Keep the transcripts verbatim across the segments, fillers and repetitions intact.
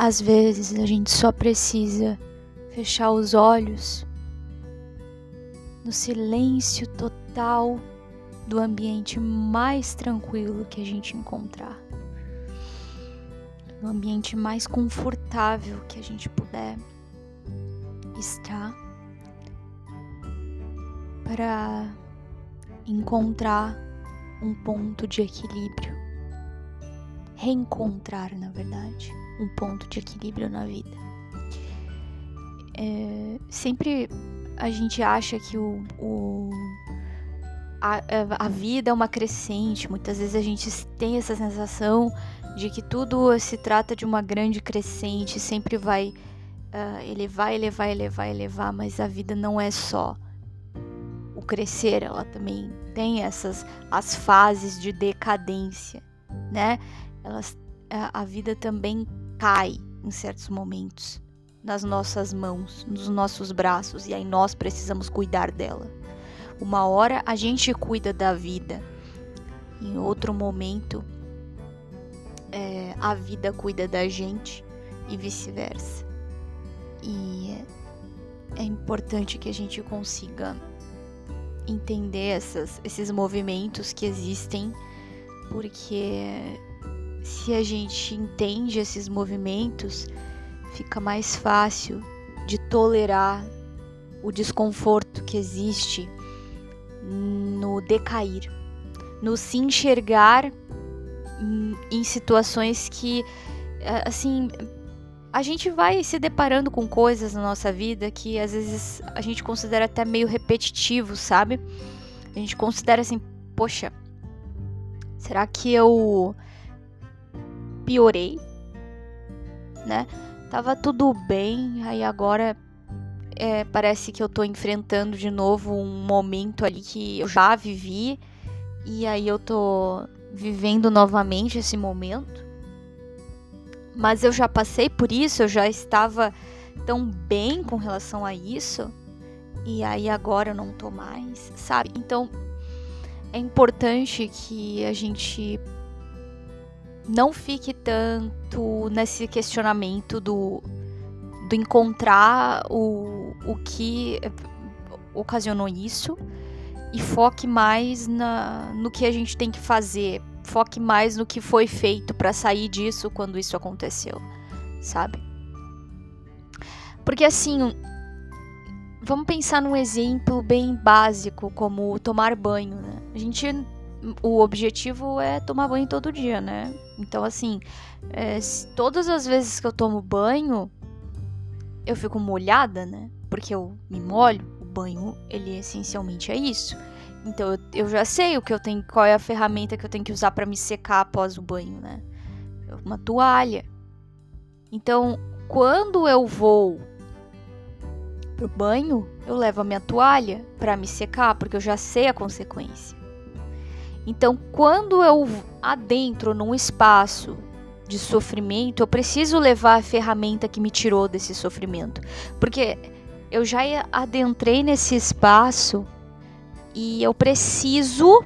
às vezes a gente só precisa fechar os olhos no silêncio total do ambiente mais tranquilo que a gente encontrar, no ambiente mais confortável que a gente puder estar, para encontrar um ponto de equilíbrio, reencontrar, na verdade, um ponto de equilíbrio na vida. É, sempre a gente acha que o, o, a, a vida é uma crescente. Muitas vezes a gente tem essa sensação de que tudo se trata de uma grande crescente, sempre vai uh, elevar, elevar, elevar, elevar, mas a vida não é só o crescer, ela também tem essas as fases de decadência, né? Elas, a, a vida também cai em certos momentos nas nossas mãos, nos nossos braços, e aí nós precisamos cuidar dela. Uma hora a gente cuida da vida, em outro momento é, a vida cuida da gente e vice-versa. E é importante que a gente consiga entender essas, esses movimentos que existem, porque se a gente entende esses movimentos, fica mais fácil de tolerar o desconforto que existe no decair, no se enxergar em situações que, assim, a gente vai se deparando com coisas na nossa vida que às vezes a gente considera até meio repetitivo, sabe? A gente considera assim, poxa, será que eu piorei, né? Tava tudo bem, aí agora é, parece que eu tô enfrentando de novo um momento ali que eu já vivi, e aí eu tô vivendo novamente esse momento. Mas eu já passei por isso, eu já estava tão bem com relação a isso, e aí agora eu não tô mais, sabe? Então é importante que a gente não fique tanto nesse questionamento do, do encontrar o, o que ocasionou isso, e foque mais na, no que a gente tem que fazer, foque mais no que foi feito para sair disso quando isso aconteceu, sabe? Porque assim, vamos pensar num exemplo bem básico como tomar banho, né? A gente, o objetivo é tomar banho todo dia, né? Então assim, é, todas as vezes que eu tomo banho, eu fico molhada, né? Porque eu me molho. O banho, ele essencialmente é isso. Então eu, eu já sei o que eu tenho, qual é a ferramenta que eu tenho que usar para me secar após o banho, né? Uma toalha. Então, quando eu vou pro banho, eu levo a minha toalha para me secar, porque eu já sei a consequência. Então, quando eu adentro num espaço de sofrimento, eu preciso levar a ferramenta que me tirou desse sofrimento, porque eu já adentrei nesse espaço e eu preciso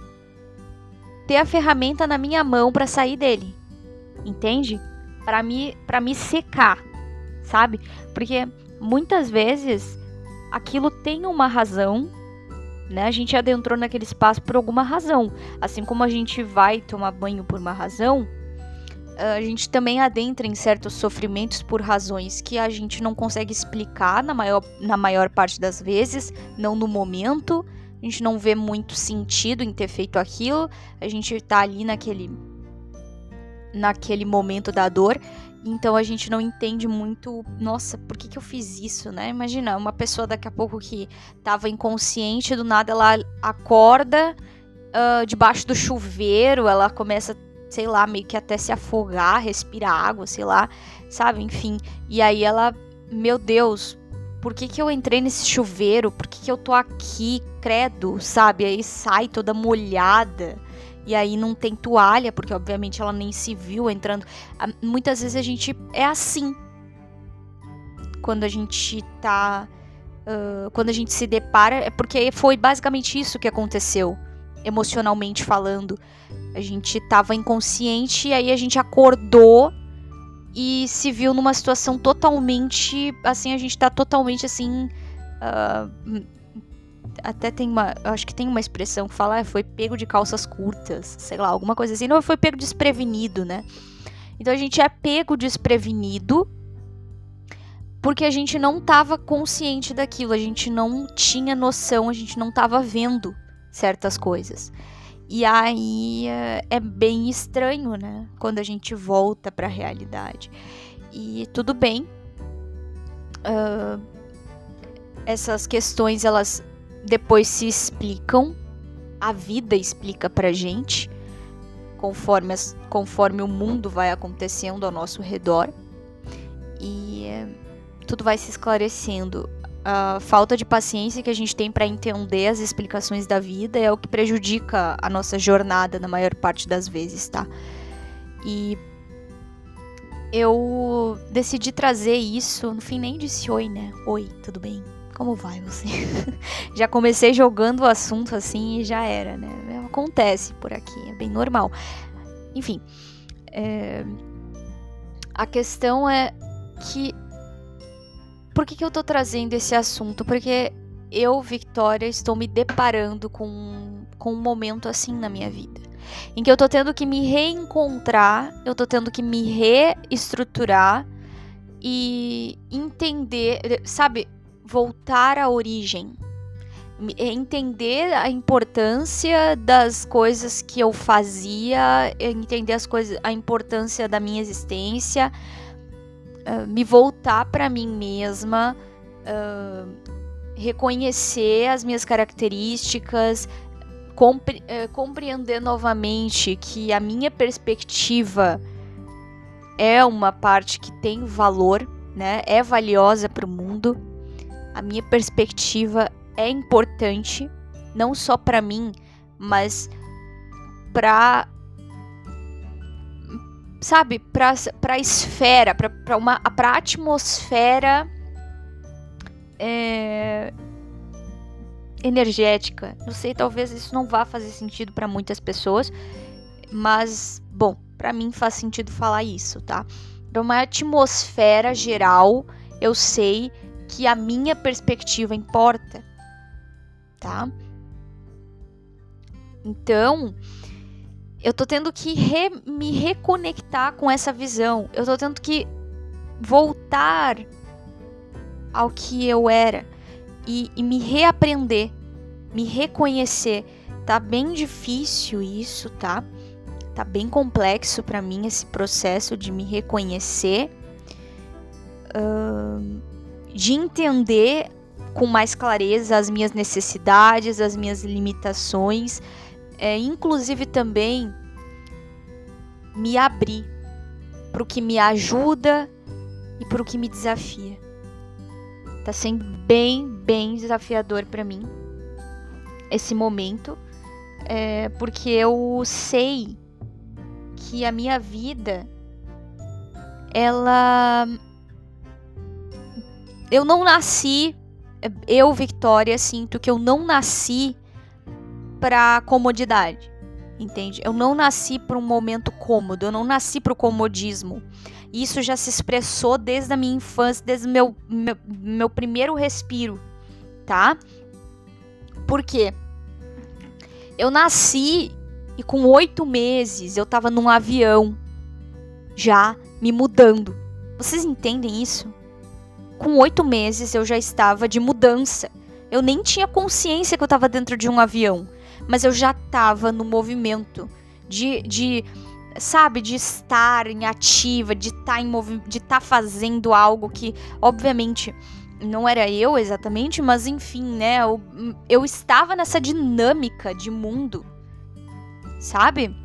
ter a ferramenta na minha mão para sair dele, entende? Para me, para me secar, sabe? Porque muitas vezes aquilo tem uma razão, né? A gente adentrou naquele espaço por alguma razão. Assim como a gente vai tomar banho por uma razão, a gente também adentra em certos sofrimentos por razões que a gente não consegue explicar na maior, na maior parte das vezes, não no momento. A gente não vê muito sentido em ter feito aquilo. A gente tá ali naquele, naquele momento da dor. Então a gente não entende muito, nossa, por que que eu fiz isso, né? Imagina, uma pessoa daqui a pouco que tava inconsciente, do nada ela acorda uh, debaixo do chuveiro, ela começa, sei lá, meio que até se afogar, respirar água, sei lá, sabe? Enfim, e aí ela, meu Deus, por que que eu entrei nesse chuveiro? Por que que eu tô aqui, credo, sabe? Aí sai toda molhada. E aí não tem toalha, porque obviamente ela nem se viu entrando. Muitas vezes a gente é assim. Quando a gente tá... Uh, quando a gente se depara... É porque foi basicamente isso que aconteceu. Emocionalmente falando. A gente tava inconsciente e aí a gente acordou. e se viu numa situação totalmente, assim, a gente tá totalmente, assim, uh, até tem uma, eu acho que tem uma expressão que fala, ah, foi pego de calças curtas, sei lá, alguma coisa assim, não, foi pego desprevenido, né? Então a gente é pego desprevenido porque a gente não tava consciente daquilo, a gente não tinha noção, a gente não tava vendo certas coisas. E aí é bem estranho, né? Quando a gente volta para a realidade. E tudo bem. Uh, essas questões, elas depois se explicam. A vida explica pra gente. Conforme, as, conforme o mundo vai acontecendo ao nosso redor. E uh, tudo vai se esclarecendo. A falta de paciência que a gente tem para entender as explicações da vida é o que prejudica a nossa jornada na maior parte das vezes, tá? E eu decidi trazer isso, no fim nem disse oi, né? Oi, tudo bem? Como vai você? Já comecei jogando o assunto assim e já era, né? Acontece por aqui, é bem normal. Enfim, é... a questão é que por que que eu tô trazendo esse assunto? Porque eu, Victoria, estou me deparando com, com um momento assim na minha vida. Em que eu tô tendo que me reencontrar, eu tô tendo que me reestruturar e entender, sabe, voltar à origem. Entender a importância das coisas que eu fazia, entender as coisas, a importância da minha existência, Uh, me voltar para mim mesma, uh, reconhecer as minhas características, compre- uh, compreender novamente que a minha perspectiva é uma parte que tem valor, né? É valiosa para o mundo. A minha perspectiva é importante, não só para mim, mas para sabe, pra, pra esfera, pra, pra, uma, pra atmosfera é, energética. Não sei, talvez isso não vá fazer sentido pra muitas pessoas, mas, bom, pra mim faz sentido falar isso, tá? Pra uma atmosfera geral, eu sei que a minha perspectiva importa, tá? Então, eu tô tendo que re, me reconectar com essa visão. Eu tô tendo que voltar ao que eu era e, e me reaprender, me reconhecer. Tá bem difícil isso, tá? Tá bem complexo pra mim esse processo de me reconhecer, uh, de entender com mais clareza as minhas necessidades, as minhas limitações. É, inclusive também me abrir para o que me ajuda e para o que me desafia. Tá sendo bem, bem desafiador para mim esse momento, é, porque eu sei que a minha vida, ela, eu não nasci, eu, Victoria, sinto que eu não nasci para comodidade, entende? Eu não nasci para um momento cômodo, eu não nasci para o comodismo. Isso já se expressou desde a minha infância, desde o meu, meu, meu primeiro respiro, tá? Por quê? Eu nasci e com oito meses eu tava num avião, já me mudando. Vocês entendem isso? Com oito meses eu já estava de mudança. Eu nem tinha consciência que eu tava dentro de um avião. Mas eu já estava no movimento de, de, sabe, de estar em ativa, de estar em movi- de estar fazendo algo que, obviamente, não era eu exatamente, mas enfim, né, eu, eu estava nessa dinâmica de mundo, sabe?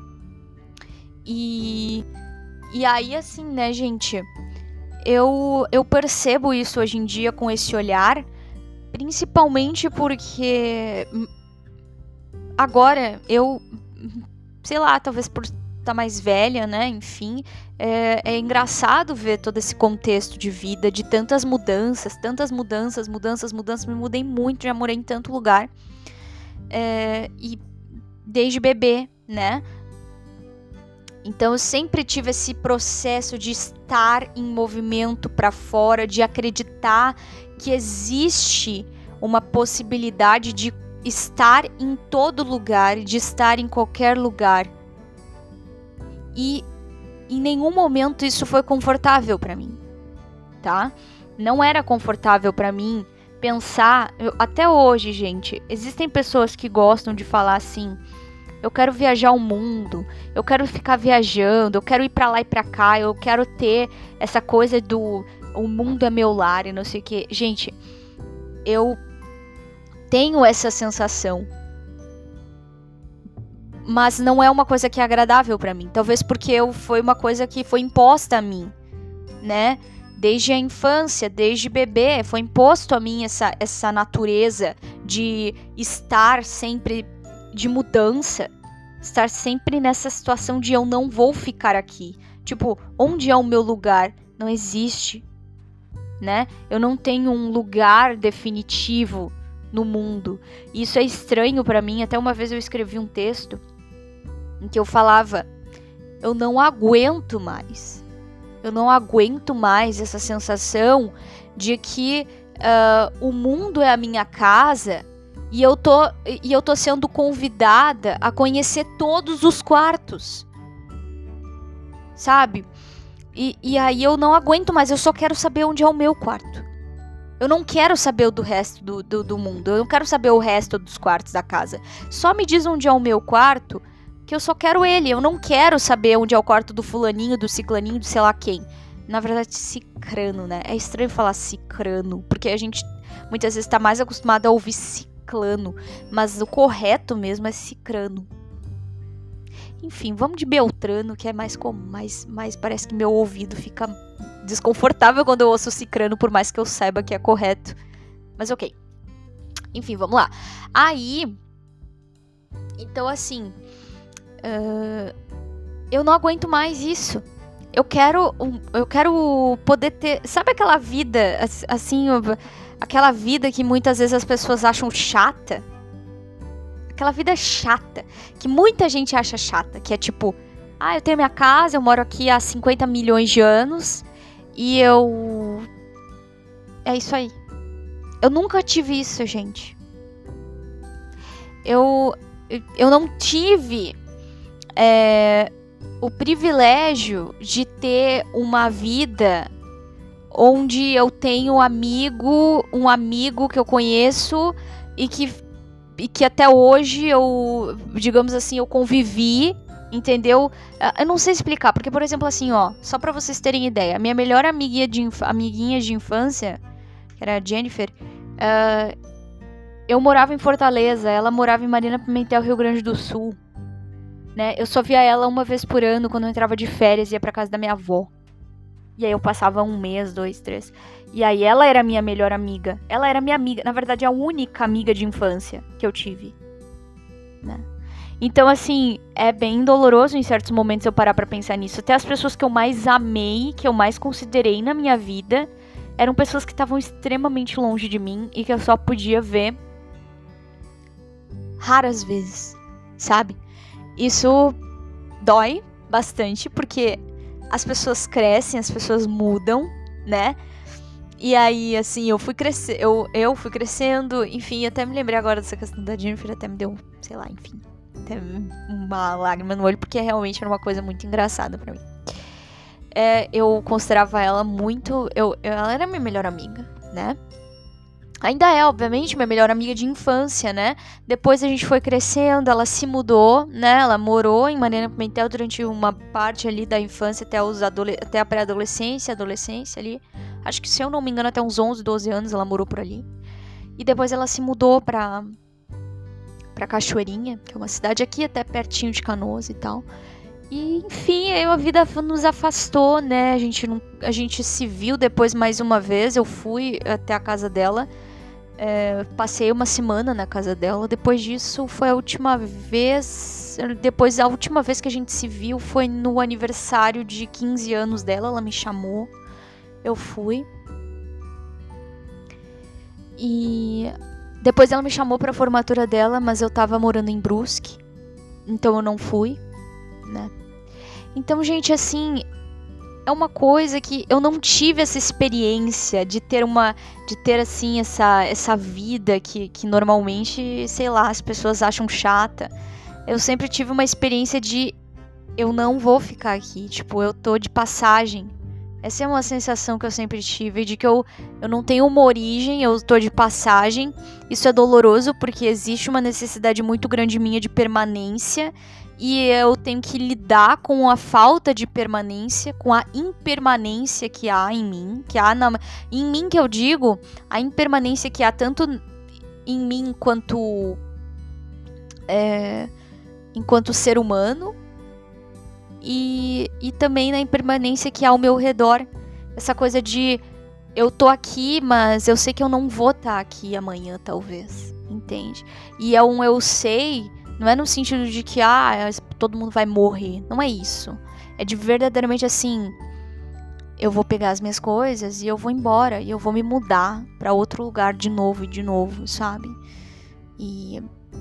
E, e aí, assim, né, gente, eu, eu percebo isso hoje em dia com esse olhar, principalmente porque agora eu, sei lá, talvez por estar mais velha, né, enfim, é, é engraçado ver todo esse contexto de vida, de tantas mudanças, tantas mudanças, mudanças, mudanças, me mudei muito, já morei em tanto lugar, é, e desde bebê, né, Então eu sempre tive esse processo de estar em movimento para fora, de acreditar que existe uma possibilidade de estar em todo lugar, de estar em qualquer lugar. E em nenhum momento isso foi confortável para mim, tá? Não era confortável para mim pensar, eu, até hoje, gente, existem pessoas que gostam de falar assim: eu quero viajar o mundo, eu quero ficar viajando, eu quero ir pra lá e pra cá, eu quero ter essa coisa do o mundo é meu lar e não sei o que. Gente, eu tenho essa sensação, mas não é uma coisa que é agradável pra mim. Talvez porque eu, foi uma coisa que foi imposta a mim, né? Desde a infância, desde bebê, foi imposto a mim essa, essa natureza de estar sempre de mudança, estar sempre nessa situação de eu não vou ficar aqui. Tipo, onde é o meu lugar? Não existe, né? Eu não tenho um lugar definitivo no mundo. Isso é estranho pra mim. Até uma vez eu escrevi um texto em que eu falava: eu não aguento mais. Eu não aguento mais essa sensação de que uh, o mundo é a minha casa e eu tô, e eu tô sendo convidada a conhecer todos os quartos, sabe? E, e aí eu não aguento mais, eu só quero saber onde é o meu quarto. Eu não quero saber o do resto do, do, do mundo, eu não quero saber o resto dos quartos da casa. Só me diz onde é o meu quarto, que eu só quero ele. Eu não quero saber onde é o quarto do fulaninho, do ciclaninho, de sei lá quem. Na verdade, cicrano, né? É estranho falar cicrano, porque a gente muitas vezes tá mais acostumado a ouvir ciclano, mas o correto mesmo é cicrano. Enfim, vamos de Beltrano, que é mais comum, mais, mais parece que meu ouvido fica desconfortável quando eu ouço cicrano, por mais que eu saiba que é correto. Mas ok. Enfim, vamos lá. Aí, então assim, uh, eu não aguento mais isso. Eu quero, eu quero poder ter, sabe aquela vida, assim, aquela vida que muitas vezes as pessoas acham chata? Aquela vida chata, que muita gente acha chata, que é tipo, ah, eu tenho minha casa, eu moro aqui há cinquenta milhões de anos, e eu... É isso aí. Eu nunca tive isso, gente. Eu, eu não tive é, o privilégio de ter uma vida onde eu tenho um amigo, um amigo que eu conheço e que, e que até hoje eu, digamos assim, eu convivi, entendeu? Eu não sei explicar, porque, por exemplo, assim, ó, só pra vocês terem ideia, a minha melhor amiguinha de, inf- amiguinha de infância, que era a Jennifer, uh, eu morava em Fortaleza, ela morava em Marina Pimentel, Rio Grande do Sul, né? Eu só via ela uma vez por ano, quando eu entrava de férias e ia pra casa da minha avó. E aí eu passava um mês, dois, três. E aí ela era minha melhor amiga. Ela era minha amiga, na verdade a única amiga de infância que eu tive, né? Então assim, é bem doloroso em certos momentos eu parar pra pensar nisso. Até as pessoas que eu mais amei, que eu mais considerei na minha vida, eram pessoas que estavam extremamente longe de mim e que eu só podia ver raras vezes, sabe? Isso dói bastante, porque as pessoas crescem, as pessoas mudam, né? E aí, assim, eu fui crescer, eu, eu fui crescendo, enfim, até me lembrei agora dessa questão da Jennifer, até me deu, sei lá, enfim, até uma lágrima no olho, porque realmente era uma coisa muito engraçada pra mim. É, eu considerava ela muito, eu, ela era minha melhor amiga, né? Ainda é, obviamente, minha melhor amiga de infância, né? Depois a gente foi crescendo, ela se mudou, né? Ela morou em Marina Pimentel durante uma parte ali da infância até, os adole- até a pré-adolescência, adolescência ali. Acho que, se eu não me engano, até uns onze, doze anos ela morou por ali. E depois ela se mudou pra, pra Cachoeirinha, que é uma cidade aqui até pertinho de Canoas e tal. E, enfim, aí a vida nos afastou, né? A gente, não, a gente se viu depois mais uma vez, eu fui até a casa dela. É, passei uma semana na casa dela. Depois disso foi a última vez. Depois a última vez que a gente se viu foi no aniversário de quinze anos dela. Ela me chamou, eu fui. E depois ela me chamou pra formatura dela, mas eu tava morando em Brusque, então eu não fui, né? Então, gente, assim, é uma coisa que eu não tive essa experiência de ter uma, de ter assim essa, essa vida que, que normalmente, sei lá, as pessoas acham chata. Eu sempre tive uma experiência de eu não vou ficar aqui, tipo, eu tô de passagem. Essa é uma sensação que eu sempre tive, de que eu, eu não tenho uma origem, eu tô de passagem. Isso é doloroso porque existe uma necessidade muito grande minha de permanência e eu tenho que lidar com a falta de permanência, com a impermanência que há em mim, que há na, em mim que eu digo, a impermanência que há tanto em mim enquanto, é, enquanto ser humano, E, e também na impermanência que há ao meu redor. Essa coisa de eu tô aqui, mas eu sei que eu não vou estar aqui amanhã, talvez. Entende? E é um eu sei, não é no sentido de que ah, todo mundo vai morrer. Não é isso. É de verdadeiramente assim, eu vou pegar as minhas coisas e eu vou embora. E eu vou me mudar pra outro lugar de novo e de novo, sabe? E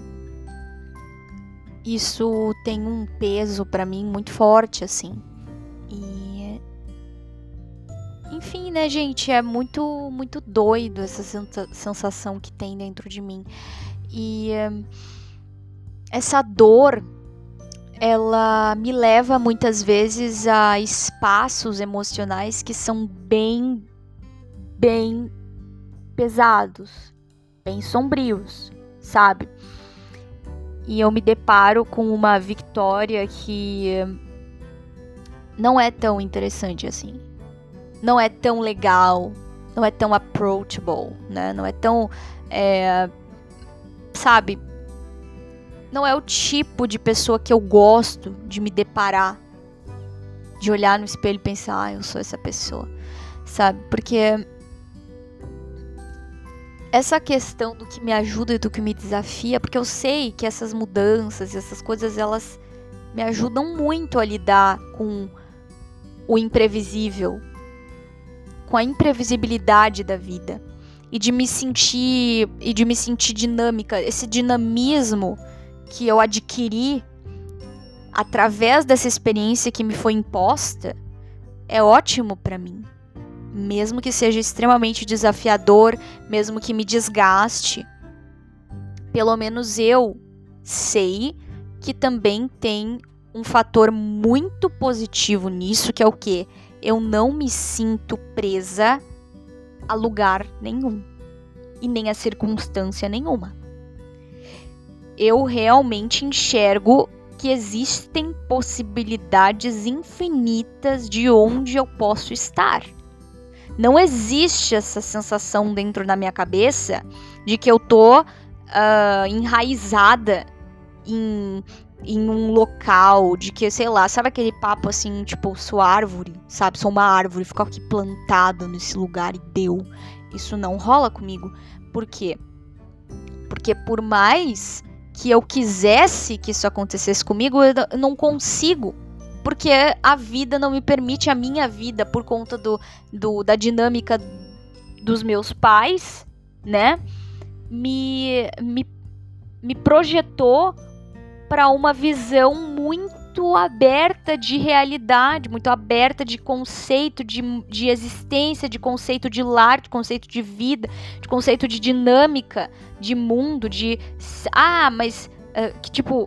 isso tem um peso pra mim muito forte, assim. E enfim, né, gente, é muito muito doido essa sensação que tem dentro de mim. E essa dor, ela me leva muitas vezes a espaços emocionais que são bem bem pesados, bem sombrios, sabe? E eu me deparo com uma Victoria que não é tão interessante assim. Não é tão legal. Não é tão approachable, né? Não é tão... É, sabe? Não é o tipo de pessoa que eu gosto de me deparar. De olhar no espelho e pensar, ah, eu sou essa pessoa. Sabe? Porque essa questão do que me ajuda e do que me desafia, porque eu sei que essas mudanças, essas coisas, elas me ajudam muito a lidar com o imprevisível, com a imprevisibilidade da vida e de me sentir e de me sentir dinâmica, esse dinamismo que eu adquiri através dessa experiência que me foi imposta é ótimo para mim. Mesmo que seja extremamente desafiador, mesmo que me desgaste, pelo menos eu sei que também tem um fator muito positivo nisso, que é o quê? Eu não me sinto presa a lugar nenhum e nem a circunstância nenhuma. Eu realmente enxergo que existem possibilidades infinitas de onde eu posso estar. Não existe essa sensação dentro da minha cabeça de que eu tô uh, enraizada em, em um local, de que, sei lá, sabe aquele papo assim, tipo, sou árvore, sabe? Sou uma árvore, fico aqui plantada nesse lugar e deu. Isso não rola comigo. Por quê? Porque por mais que eu quisesse que isso acontecesse comigo, eu não consigo. Porque a vida não me permite, a minha vida, por conta do, do, da dinâmica dos meus pais, né? Me, me, me projetou para uma visão muito aberta de realidade, muito aberta de conceito, de, de existência, de conceito de lar, de conceito de vida, de conceito de dinâmica, de mundo, de... Ah, mas... Uh, que tipo...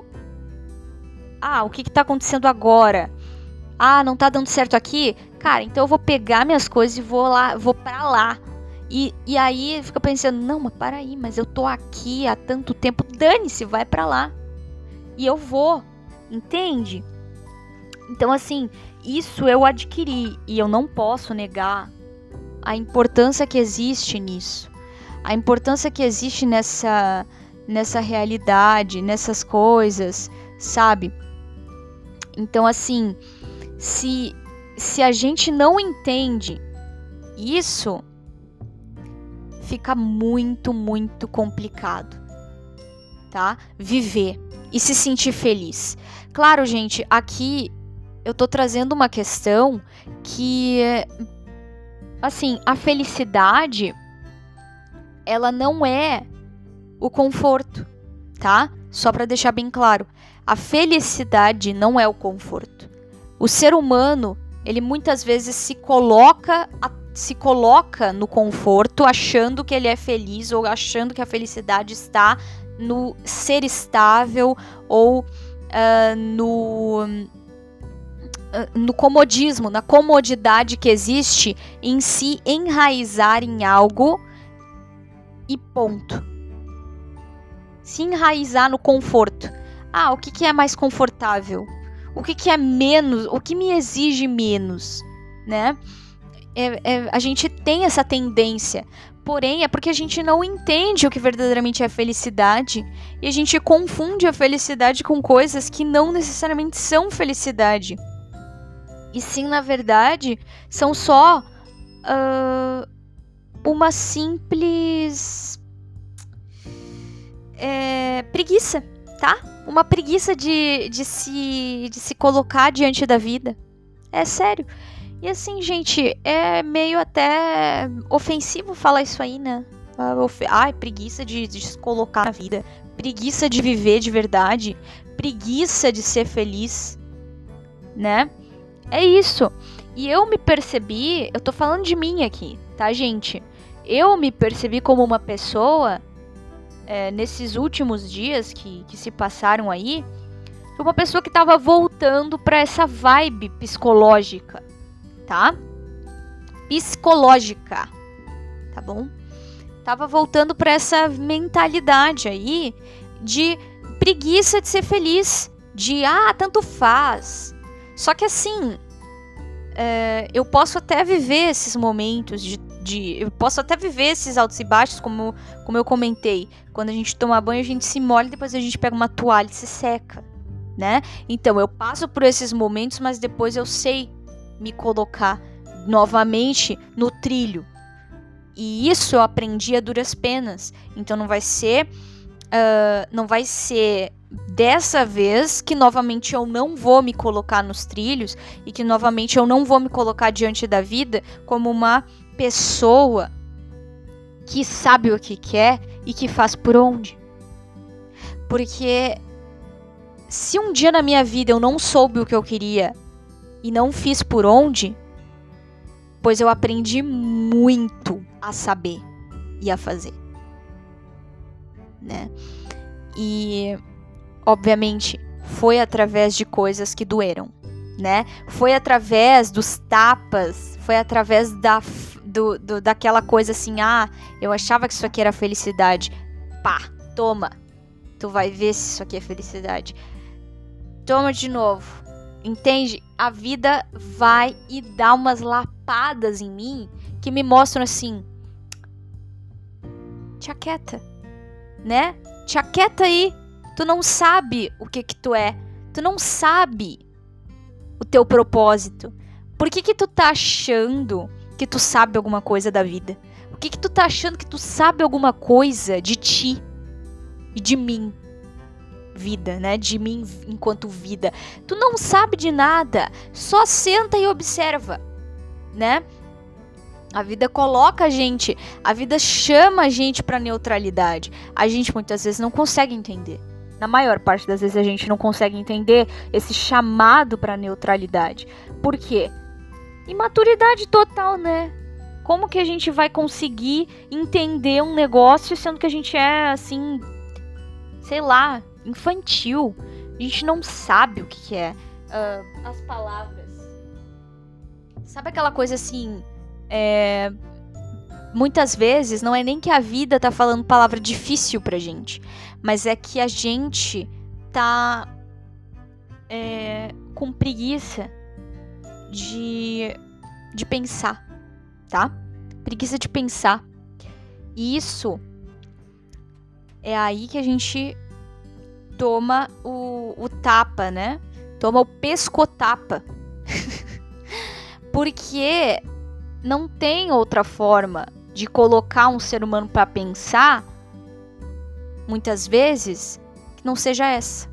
Ah, o que que tá acontecendo agora? Ah, não tá dando certo aqui? Cara, então eu vou pegar minhas coisas e vou lá, vou pra lá. E, e aí fica pensando, não, mas para aí, mas eu tô aqui há tanto tempo, dane-se, vai pra lá. E eu vou, entende? Então assim, isso eu adquiri e eu não posso negar a importância que existe nisso. A importância que existe nessa, nessa realidade, nessas coisas, sabe? Então assim, se, se a gente não entende isso, fica muito, muito complicado, tá? Viver e se sentir feliz. Claro, gente, aqui eu tô trazendo uma questão que, assim, a felicidade, ela não é o conforto, tá? Só pra deixar bem claro, a felicidade não é o conforto. O ser humano, ele muitas vezes se coloca, se coloca no conforto achando que ele é feliz ou achando que a felicidade está no ser estável ou uh, no, uh, no comodismo, na comodidade que existe em se enraizar em algo e ponto. Se enraizar no conforto. Ah, o que, que é mais confortável? O que, que é menos? O que me exige menos? Né? É, é, a gente tem essa tendência. Porém, é porque a gente não entende o que verdadeiramente é felicidade. E a gente confunde a felicidade com coisas que não necessariamente são felicidade. E sim, na verdade, são só uh, uma simples é, preguiça, tá? Uma preguiça de, de, se, de se colocar diante da vida. É sério. E assim, gente, é meio até ofensivo falar isso aí, né? Ai, preguiça de, de se colocar na vida. Preguiça de viver de verdade. Preguiça de ser feliz. Né? É isso. E eu me percebi... Eu tô falando de mim aqui, tá, gente? Eu me percebi como uma pessoa... É, nesses últimos dias que, que se passaram aí... Uma pessoa que tava voltando pra essa vibe psicológica. Tá? Psicológica, tá bom? Tava voltando para essa mentalidade aí de preguiça de ser feliz, de ah, tanto faz. Só que assim, é, eu posso até viver esses momentos de, de, eu posso até viver esses altos e baixos, como, como eu comentei. Quando a gente toma banho, a gente se molha, depois a gente pega uma toalha e se seca, né? Então eu passo por esses momentos, mas depois eu sei me colocar novamente no trilho. E isso eu aprendi a duras penas. Então não vai ser uh, não vai ser dessa vez que novamente eu não vou me colocar nos trilhos e que novamente eu não vou me colocar diante da vida como uma pessoa que sabe o que quer e que faz por onde. Porque se um dia na minha vida eu não soube o que eu queria e não fiz por onde, pois eu aprendi muito a saber e a fazer, né? E, obviamente, foi através de coisas que doeram, né? Foi através dos tapas, foi através da, do, do, daquela coisa assim, ah, eu achava que isso aqui era felicidade. Pá, toma, tu vai ver se isso aqui é felicidade. Toma de novo. Entende? A vida vai e dá umas lapadas em mim que me mostram assim, te aquieta, né? Te aquieta aí. Tu não sabe o que que tu é. Tu não sabe o teu propósito. Por que que tu tá achando que tu sabe alguma coisa da vida? Por que que tu tá achando que tu sabe alguma coisa de ti e de mim? Vida, né? De mim enquanto vida. Tu não sabe de nada, só senta e observa, né? A vida coloca a gente, a vida chama a gente pra neutralidade. A gente muitas vezes não consegue entender. Na maior parte das vezes a gente não consegue entender esse chamado pra neutralidade. Por quê? Imaturidade total, né? Como que a gente vai conseguir entender um negócio sendo que a gente é assim, sei lá, infantil? A gente não sabe o que, que é uh, as palavras. Sabe aquela coisa assim, é, muitas vezes não é nem que a vida tá falando palavra difícil pra gente, mas é que a gente tá é, com preguiça de, de pensar, tá? Preguiça de pensar. E isso é aí que a gente toma o, o tapa, né? Toma o pescotapa. Porque não tem outra forma de colocar um ser humano para pensar, muitas vezes, que não seja essa.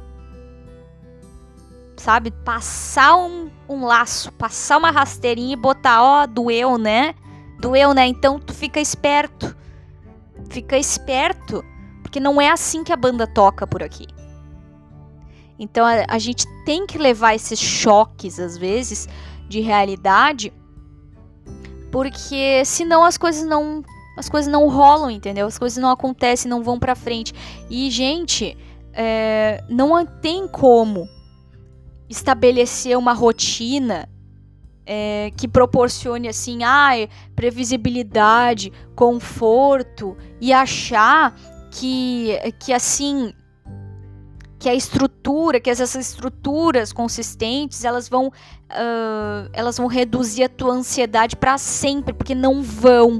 Sabe? Passar um, um laço, passar uma rasteirinha e botar, ó, doeu, né? Doeu, né? Então tu fica esperto. Fica esperto. Porque não é assim que a banda toca por aqui. Então a, a gente tem que levar esses choques, às vezes, de realidade, porque senão as coisas não, as coisas não rolam, entendeu? As coisas não acontecem, não vão pra frente. E, gente, é, não tem como estabelecer uma rotina é, que proporcione, assim, ah, previsibilidade, conforto, e achar que, que assim... que a estrutura, que essas estruturas consistentes, elas vão, uh, elas vão reduzir a tua ansiedade para sempre, porque não vão,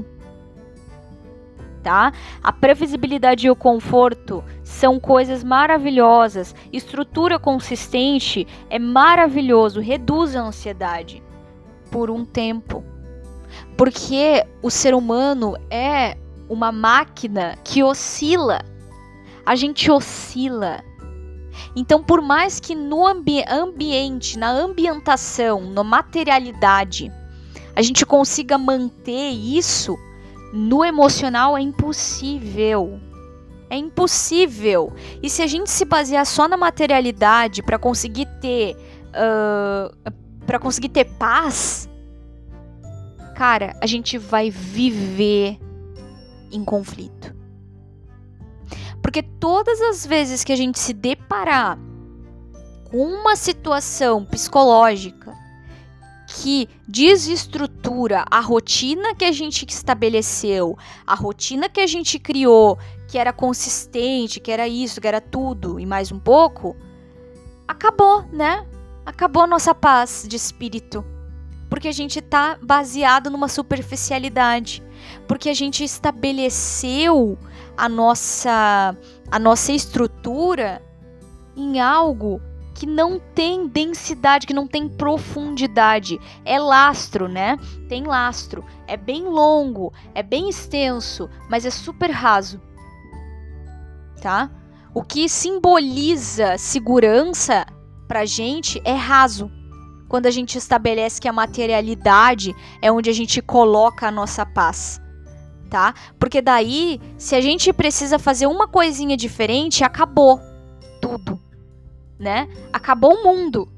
tá? A previsibilidade e o conforto são coisas maravilhosas. Estrutura consistente é maravilhoso, reduz a ansiedade por um tempo, porque o ser humano é uma máquina que oscila. A gente oscila. Então, por mais que no ambi- ambiente, na ambientação, na materialidade, a gente consiga manter isso, no emocional é impossível. É impossível. E se a gente se basear só na materialidade para conseguir ter, uh, para conseguir ter paz, cara, a gente vai viver em conflito. Porque todas as vezes que a gente se deparar com uma situação psicológica que desestrutura a rotina que a gente estabeleceu, a rotina que a gente criou, que era consistente, que era isso, que era tudo e mais um pouco, acabou, né? Acabou a nossa paz de espírito. Porque a gente tá baseado numa superficialidade. Porque a gente estabeleceu a nossa, a nossa estrutura em algo que não tem densidade, que não tem profundidade. É lastro, né? Tem lastro. É bem longo, é bem extenso, mas é super raso. Tá? O que simboliza segurança pra gente é raso. Quando a gente estabelece que a materialidade é onde a gente coloca a nossa paz, tá? Porque daí, se a gente precisa fazer uma coisinha diferente, acabou tudo, né? Acabou o mundo.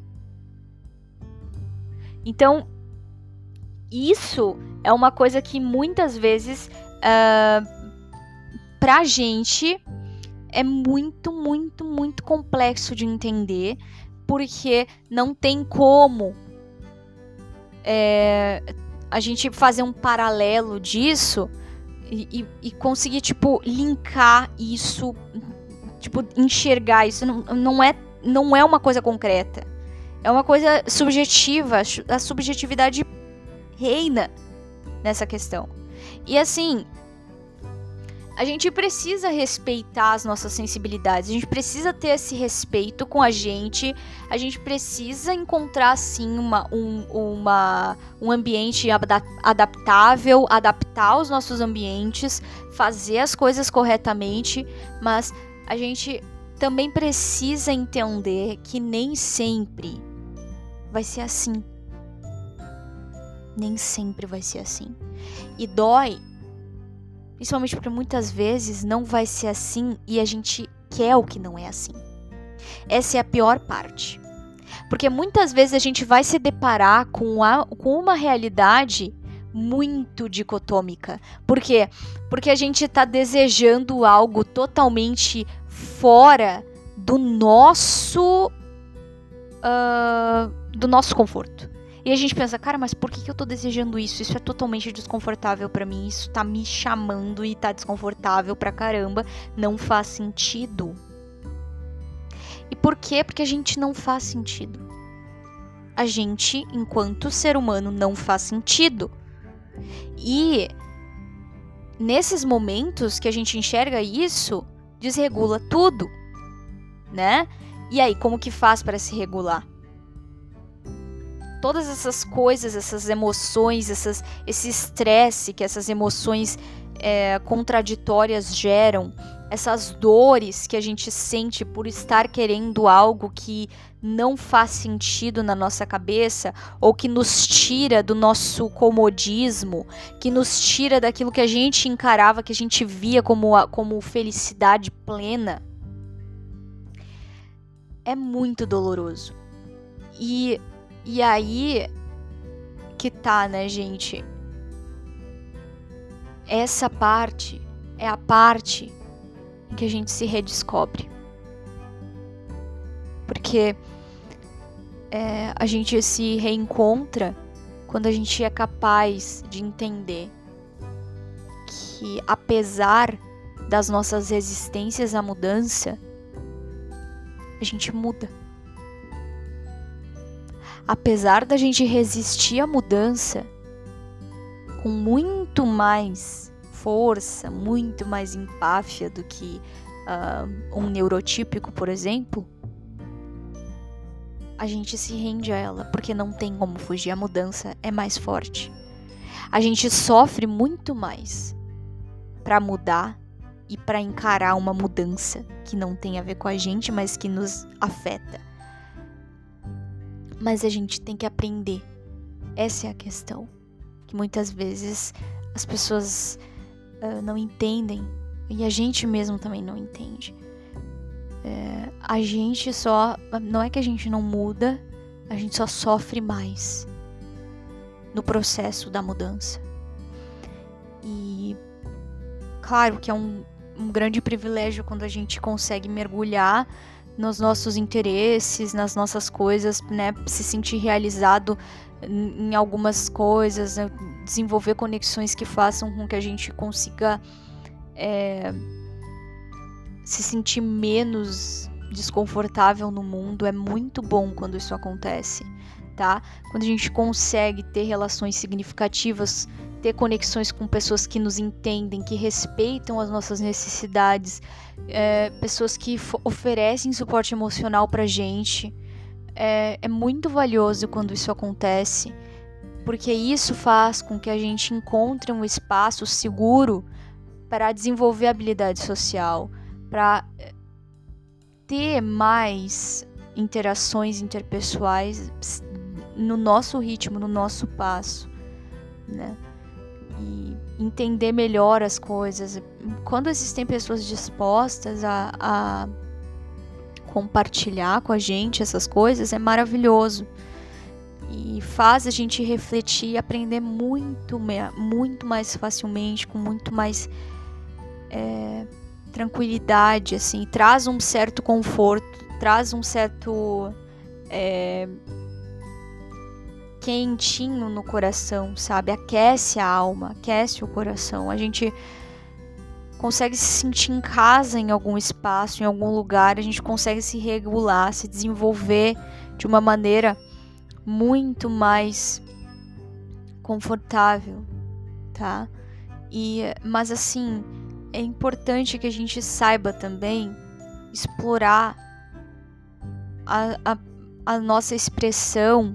Então, isso é uma coisa que muitas vezes, uh, pra gente, é muito, muito, muito complexo de entender, porque não tem como é, a gente fazer um paralelo disso e, e, e conseguir, tipo, linkar isso, tipo, enxergar isso. Não, não, é, não é uma coisa concreta. É uma coisa subjetiva. A subjetividade reina nessa questão. E assim, a gente precisa respeitar as nossas sensibilidades, a gente precisa ter esse respeito com a gente, a gente precisa encontrar, sim, uma, um, uma, um ambiente adaptável, adaptar os nossos ambientes, fazer as coisas corretamente, mas a gente também precisa entender que nem sempre vai ser assim. Nem sempre vai ser assim. E dói. Principalmente porque muitas vezes não vai ser assim e a gente quer o que não é assim. Essa é a pior parte. Porque muitas vezes a gente vai se deparar com, a, com uma realidade muito dicotômica. Por quê? Porque a gente está desejando algo totalmente fora do nosso, uh, do nosso conforto. E a gente pensa, cara, mas por que, que eu tô desejando isso? Isso é totalmente desconfortável pra mim, isso tá me chamando e tá desconfortável pra caramba, não faz sentido. E por quê? Porque a gente não faz sentido. A gente, enquanto ser humano, não faz sentido. E nesses momentos que a gente enxerga isso, desregula tudo, né? E aí, como que faz para se regular? Todas essas coisas, essas emoções, essas, esse estresse que essas emoções é, contraditórias geram, essas dores que a gente sente por estar querendo algo que não faz sentido na nossa cabeça, ou que nos tira do nosso comodismo, que nos tira daquilo que a gente encarava, que a gente via como, como felicidade plena. é muito doloroso. E, e aí que tá, né, gente? Essa parte é a parte em que a gente se redescobre. Porque é, a gente se reencontra quando a gente é capaz de entender que, apesar das nossas resistências à mudança, a gente muda. Apesar da gente resistir à mudança com muito mais força, muito mais empáfia do que uh, um neurotípico, por exemplo, a gente se rende a ela, porque não tem como fugir, a mudança é mais forte. A gente sofre muito mais para mudar e para encarar uma mudança que não tem a ver com a gente, mas que nos afeta. Mas a gente tem que aprender. Essa é a questão. Que muitas vezes as pessoas uh, não entendem. E a gente mesmo também não entende. É, a gente só... Não é que a gente não muda, a gente só sofre mais no processo da mudança. E claro que é um, um grande privilégio quando a gente consegue mergulhar nos nossos interesses, nas nossas coisas, né? Se sentir realizado em algumas coisas, né? Desenvolver conexões que façam com que a gente consiga é, se sentir menos desconfortável no mundo. É muito bom quando isso acontece, tá? Quando a gente consegue ter relações significativas, ter conexões com pessoas que nos entendem, que respeitam as nossas necessidades, é, pessoas que f- oferecem suporte emocional pra gente. É, é muito valioso quando isso acontece, porque isso faz com que a gente encontre um espaço seguro para desenvolver habilidade social, para ter mais interações interpessoais no nosso ritmo, no nosso passo, né? E entender melhor as coisas. Quando existem pessoas dispostas a, a compartilhar com a gente essas coisas, é maravilhoso. E faz a gente refletir e aprender muito, muito mais facilmente, com muito mais é, tranquilidade, assim. Traz um certo conforto, traz um certo... É, quentinho no coração, sabe? Aquece a alma, aquece o coração. A gente consegue se sentir em casa em algum espaço, em algum lugar. A gente consegue se regular, se desenvolver de uma maneira muito mais confortável, tá? E, mas assim, é importante que a gente saiba também explorar a, a, a nossa expressão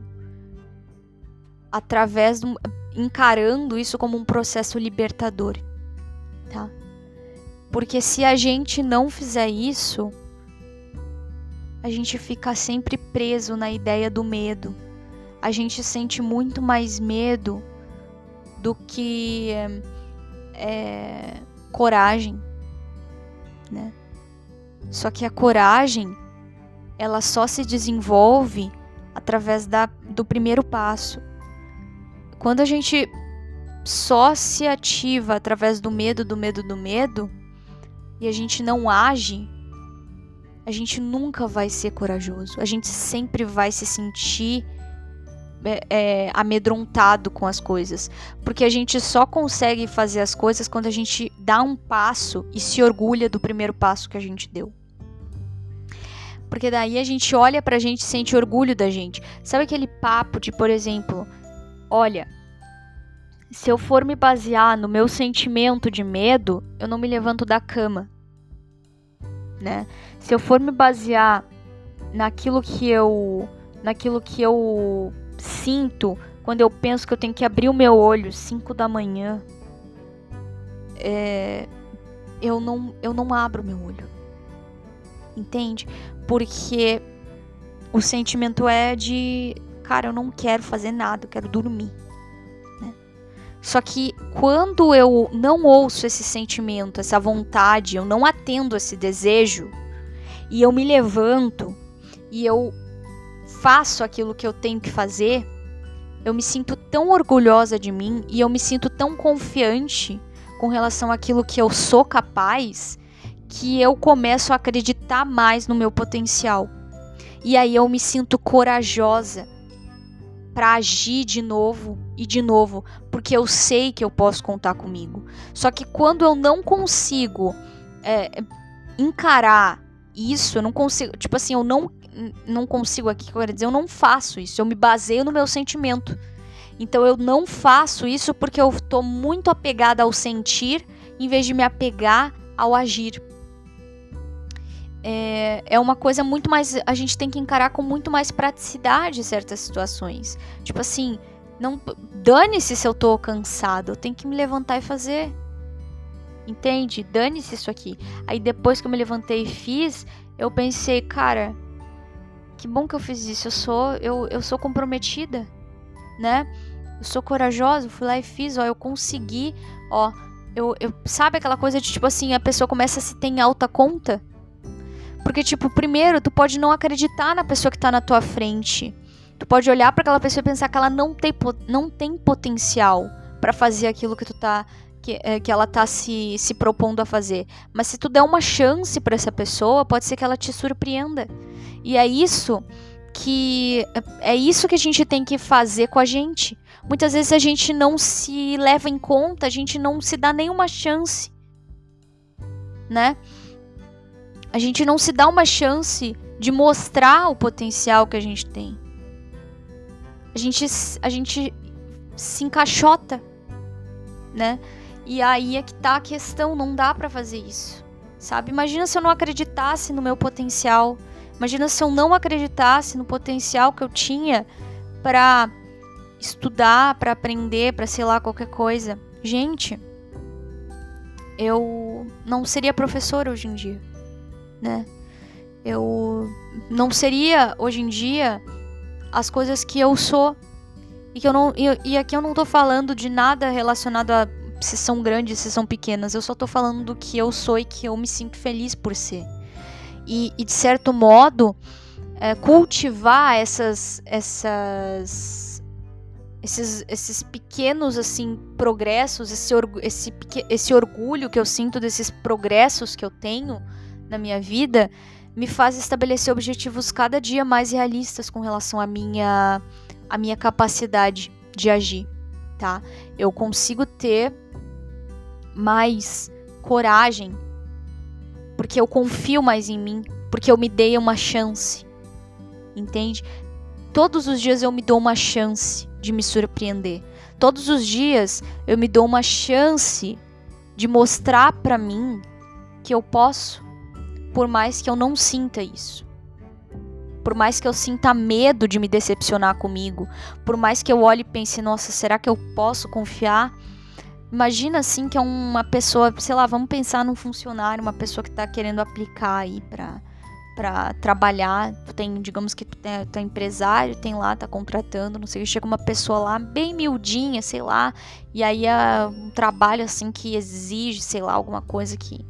através de um, encarando isso como um processo libertador, tá? Porque se a gente não fizer isso, a gente fica sempre preso na ideia do medo. A gente sente muito mais medo do que é, coragem, né? Só que a coragem, ela só se desenvolve através da, do primeiro passo. Quando a gente só se ativa através do medo, do medo, do medo, e a gente não age, a gente nunca vai ser corajoso. A gente sempre vai se sentir é, é, amedrontado com as coisas. Porque a gente só consegue fazer as coisas quando a gente dá um passo e se orgulha do primeiro passo que a gente deu. Porque daí a gente olha pra gente e sente orgulho da gente. Sabe aquele papo de, por exemplo... Olha, se eu for me basear no meu sentimento de medo, eu não me levanto da cama, né? Se eu for me basear naquilo que eu, naquilo que eu sinto quando eu penso que eu tenho que abrir o meu olho cinco da manhã, é, eu não, eu não abro meu olho, entende? Porque o sentimento é de... Cara, eu não quero fazer nada, eu quero dormir, né? Só que quando eu não ouço esse sentimento, essa vontade, eu não atendo esse desejo, e eu me levanto, e eu faço aquilo que eu tenho que fazer, eu me sinto tão orgulhosa de mim e eu me sinto tão confiante com relação àquilo que eu sou capaz, que eu começo a acreditar mais no meu potencial. E aí eu me sinto corajosa para agir de novo e de novo, porque eu sei que eu posso contar comigo. Só que quando eu não consigo é, encarar isso, eu não consigo, tipo assim, eu não, não consigo aqui, que eu quero dizer, eu não faço isso, eu me baseio no meu sentimento. Então eu não faço isso porque eu tô muito apegada ao sentir, em vez de me apegar ao agir. É, é uma coisa muito mais... A gente tem que encarar com muito mais praticidade certas situações. Tipo assim, não, dane-se se eu tô cansado, eu tenho que me levantar e fazer. Entende? Dane-se isso aqui. Aí depois que eu me levantei e fiz, eu pensei, cara, que bom que eu fiz isso. Eu sou, eu, eu sou comprometida, né? Eu sou corajosa, eu fui lá e fiz, ó, eu consegui, ó. Eu, eu, sabe aquela coisa de tipo assim, a pessoa começa a se ter em alta conta? Porque, tipo, primeiro, tu pode não acreditar na pessoa que tá na tua frente. Tu pode olhar pra aquela pessoa e pensar que ela não tem, não tem potencial pra fazer aquilo que tu tá... Que, é, que ela tá se, se propondo a fazer. Mas se tu der uma chance pra essa pessoa, pode ser que ela te surpreenda. E é isso que... É isso que a gente tem que fazer com a gente. Muitas vezes a gente não se leva em conta, a gente não se dá nenhuma chance. Né? A gente não se dá uma chance de mostrar o potencial que a gente tem. A gente, a gente se encaixota, né? E aí é que tá a questão, não dá pra fazer isso, sabe? Imagina se eu não acreditasse no meu potencial. Imagina se eu não acreditasse no potencial que eu tinha pra estudar, pra aprender, pra sei lá, qualquer coisa. Gente, eu não seria professora hoje em dia. Né? Eu não seria hoje em dia as coisas que eu sou. E, que eu não, e, e aqui eu não tô falando de nada relacionado a se são grandes, se são pequenas. Eu só tô falando do que eu sou e que eu me sinto feliz por ser. E, e de certo modo, é, cultivar essas, essas, esses, esses pequenos assim, progressos, esse, orgu, esse, esse orgulho que eu sinto desses progressos que eu tenho na minha vida, me faz estabelecer objetivos cada dia mais realistas com relação à minha, à minha capacidade de agir, tá? Eu consigo ter mais coragem, porque eu confio mais em mim, porque eu me dei uma chance, entende? Todos os dias eu me dou uma chance de me surpreender. Todos os dias eu me dou uma chance de mostrar pra mim que eu posso, por mais que eu não sinta isso. Por mais que eu sinta medo de me decepcionar comigo. Por mais que eu olhe e pense, nossa, será que eu posso confiar? Imagina assim que é uma pessoa, sei lá, vamos pensar num funcionário, uma pessoa que tá querendo aplicar aí pra, pra trabalhar. Tu tem, digamos que tu é, tu é empresário, tem lá, tá contratando, não sei, chega uma pessoa lá bem miudinha, sei lá, e aí é um trabalho assim que exige, sei lá, alguma coisa que...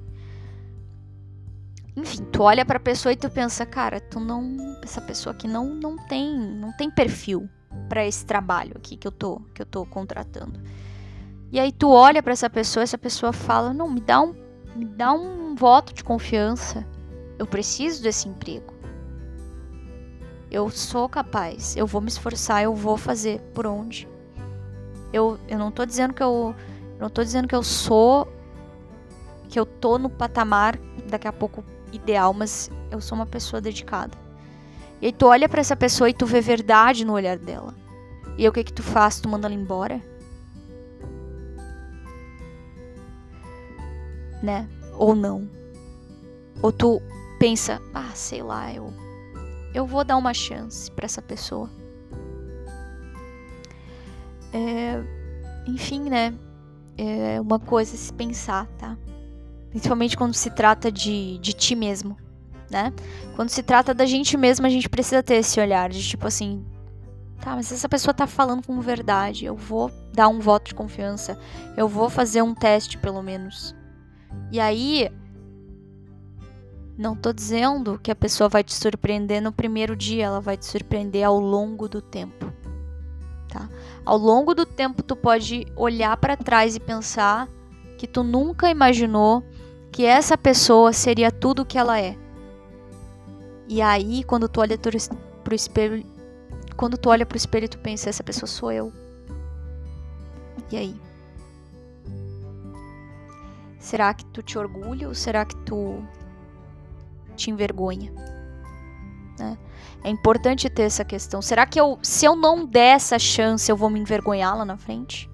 Enfim, tu olha pra pessoa e tu pensa, cara, tu não, essa pessoa aqui não, não tem, não tem perfil pra esse trabalho aqui que eu tô, que eu tô contratando. E aí tu olha pra essa pessoa, essa pessoa fala, não, me dá um, me dá um voto de confiança. Eu preciso desse emprego. Eu sou capaz, eu vou me esforçar, eu vou fazer por onde. Eu, eu não tô dizendo que eu, eu não tô dizendo que eu sou, que eu tô no patamar daqui a pouco ideal, mas eu sou uma pessoa dedicada. E aí tu olha pra essa pessoa e tu vê verdade no olhar dela. E aí o que que tu faz? Tu manda ela embora? Né? Ou não? Ou tu pensa, ah, sei lá, eu eu vou dar uma chance pra essa pessoa. É, enfim, né? É uma coisa a se pensar, tá? Principalmente quando se trata de, de ti mesmo, né? Quando se trata da gente mesmo, a gente precisa ter esse olhar de tipo assim, tá, mas essa pessoa tá falando com verdade, eu vou dar um voto de confiança, eu vou fazer um teste pelo menos. E aí, Não tô dizendo que a pessoa vai te surpreender no primeiro dia, ela vai te surpreender ao longo do tempo, tá? Ao longo do tempo tu pode olhar para trás e pensar que tu nunca imaginou que essa pessoa seria tudo o que ela é. E aí, quando tu olha pro espelho, quando tu olha pro espelho, tu pensa, essa pessoa sou eu. E aí? Será que tu te orgulha ou será que tu te envergonha? Né? É importante ter essa questão. Será que eu, se eu não der essa chance, eu vou me envergonhar lá na frente?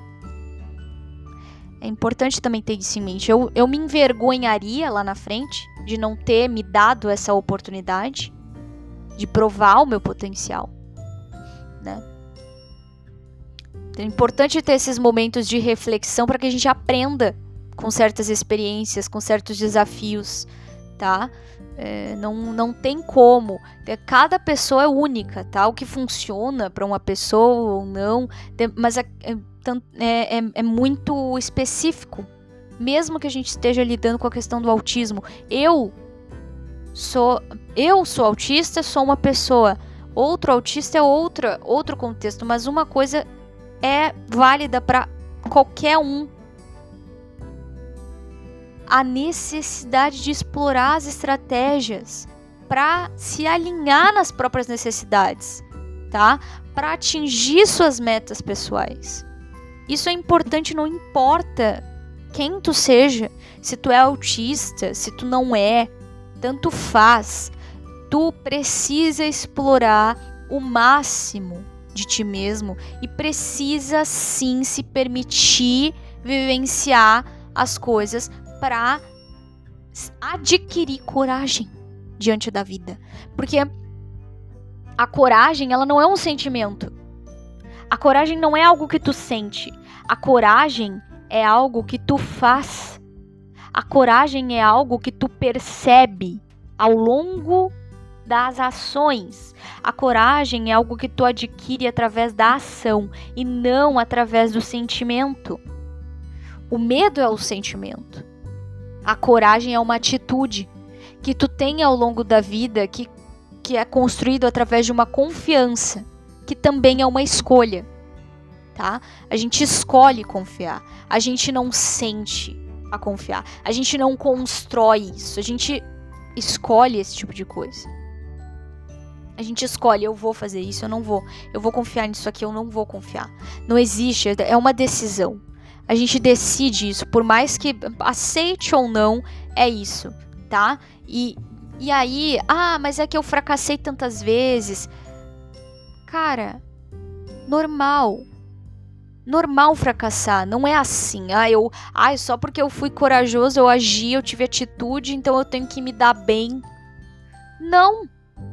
É importante também ter isso em mente. Eu, eu me envergonharia lá na frente de não ter me dado essa oportunidade de provar o meu potencial, né? Então, é importante ter esses momentos de reflexão para que a gente aprenda com certas experiências, com certos desafios, tá? É, não, não tem como. Cada pessoa é única, tá? O que funciona para uma pessoa ou não, mas é, é, é, é muito específico. Mesmo que a gente esteja lidando com a questão do autismo. Eu sou, eu sou autista, sou uma pessoa. Outro autista é outra, outro contexto, mas uma coisa é válida para qualquer um. A necessidade de explorar as estratégias para se alinhar nas próprias necessidades, tá? Para atingir suas metas pessoais. Isso é importante, não importa quem tu seja, se tu é autista, se tu não é, tanto faz. Tu precisa explorar o máximo de ti mesmo e precisa sim se permitir vivenciar as coisas para adquirir coragem diante da vida. Porque a coragem, ela não é um sentimento. A coragem não é algo que tu sente. A coragem é algo que tu faz. A coragem é algo que tu percebe ao longo das ações. A coragem é algo que tu adquire através da ação e não através do sentimento. O medo é o sentimento. A coragem é uma atitude que tu tem ao longo da vida, que, que é construído através de uma confiança, que também é uma escolha, tá? A gente escolhe confiar, a gente não sente a confiar, a gente não constrói isso, a gente escolhe esse tipo de coisa. A gente escolhe, eu vou fazer isso, eu não vou, eu vou confiar nisso aqui, eu não vou confiar. Não existe, é uma decisão. A gente decide isso, por mais que aceite ou não, é isso, tá? E, e aí, ah, mas é que eu fracassei tantas vezes. Cara, normal. Normal fracassar, não é assim. Ah, eu, ah, só porque eu fui corajoso, eu agi, eu tive atitude, então eu tenho que me dar bem. Não.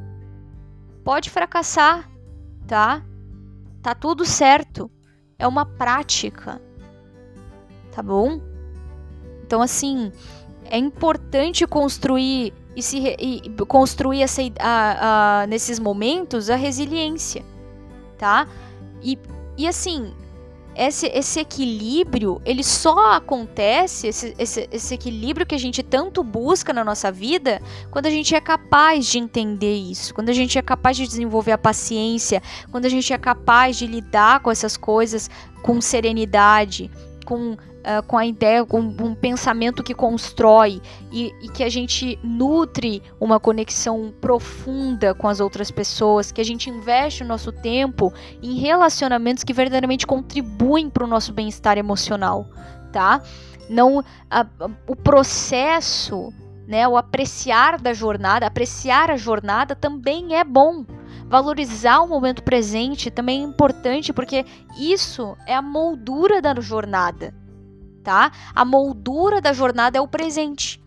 Pode fracassar, tá? Tá tudo certo. É uma prática. Tá bom? Então, assim, é importante construir e se e construir essa, a, a, nesses momentos a resiliência, tá? E, e assim, esse, esse equilíbrio, ele só acontece, esse, esse, esse equilíbrio que a gente tanto busca na nossa vida, quando a gente é capaz de entender isso, quando a gente é capaz de desenvolver a paciência, quando a gente é capaz de lidar com essas coisas com serenidade, com Uh, com a ideia, com um pensamento que constrói e, e que a gente nutre uma conexão profunda com as outras pessoas, que a gente investe o nosso tempo em relacionamentos que verdadeiramente contribuem para o nosso bem-estar emocional, tá? Não, a, a, o processo, né, o apreciar da jornada, apreciar a jornada também é bom. Valorizar o momento presente também é importante, porque isso é a moldura da jornada. Tá? A moldura da jornada é o presente.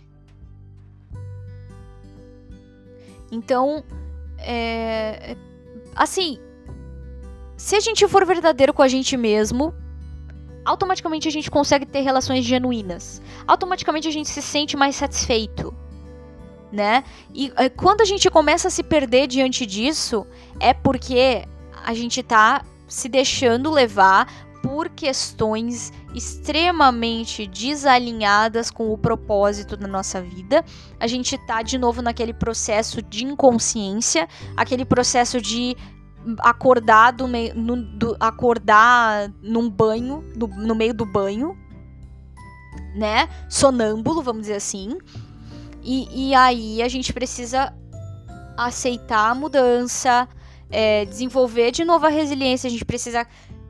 Então, é, assim, se a gente for verdadeiro com a gente mesmo, automaticamente a gente consegue ter relações genuínas. Automaticamente a gente se sente mais satisfeito, né? E é, quando a gente começa a se perder diante disso, é porque a gente tá se deixando levar por questões extremamente desalinhadas com o propósito da nossa vida. A gente tá de novo naquele processo de inconsciência, aquele processo de acordar, do meio, no, do, acordar num banho, no, no meio do banho, né? Sonâmbulo, vamos dizer assim. E, e aí a gente precisa aceitar a mudança, é, desenvolver de novo a resiliência, a gente precisa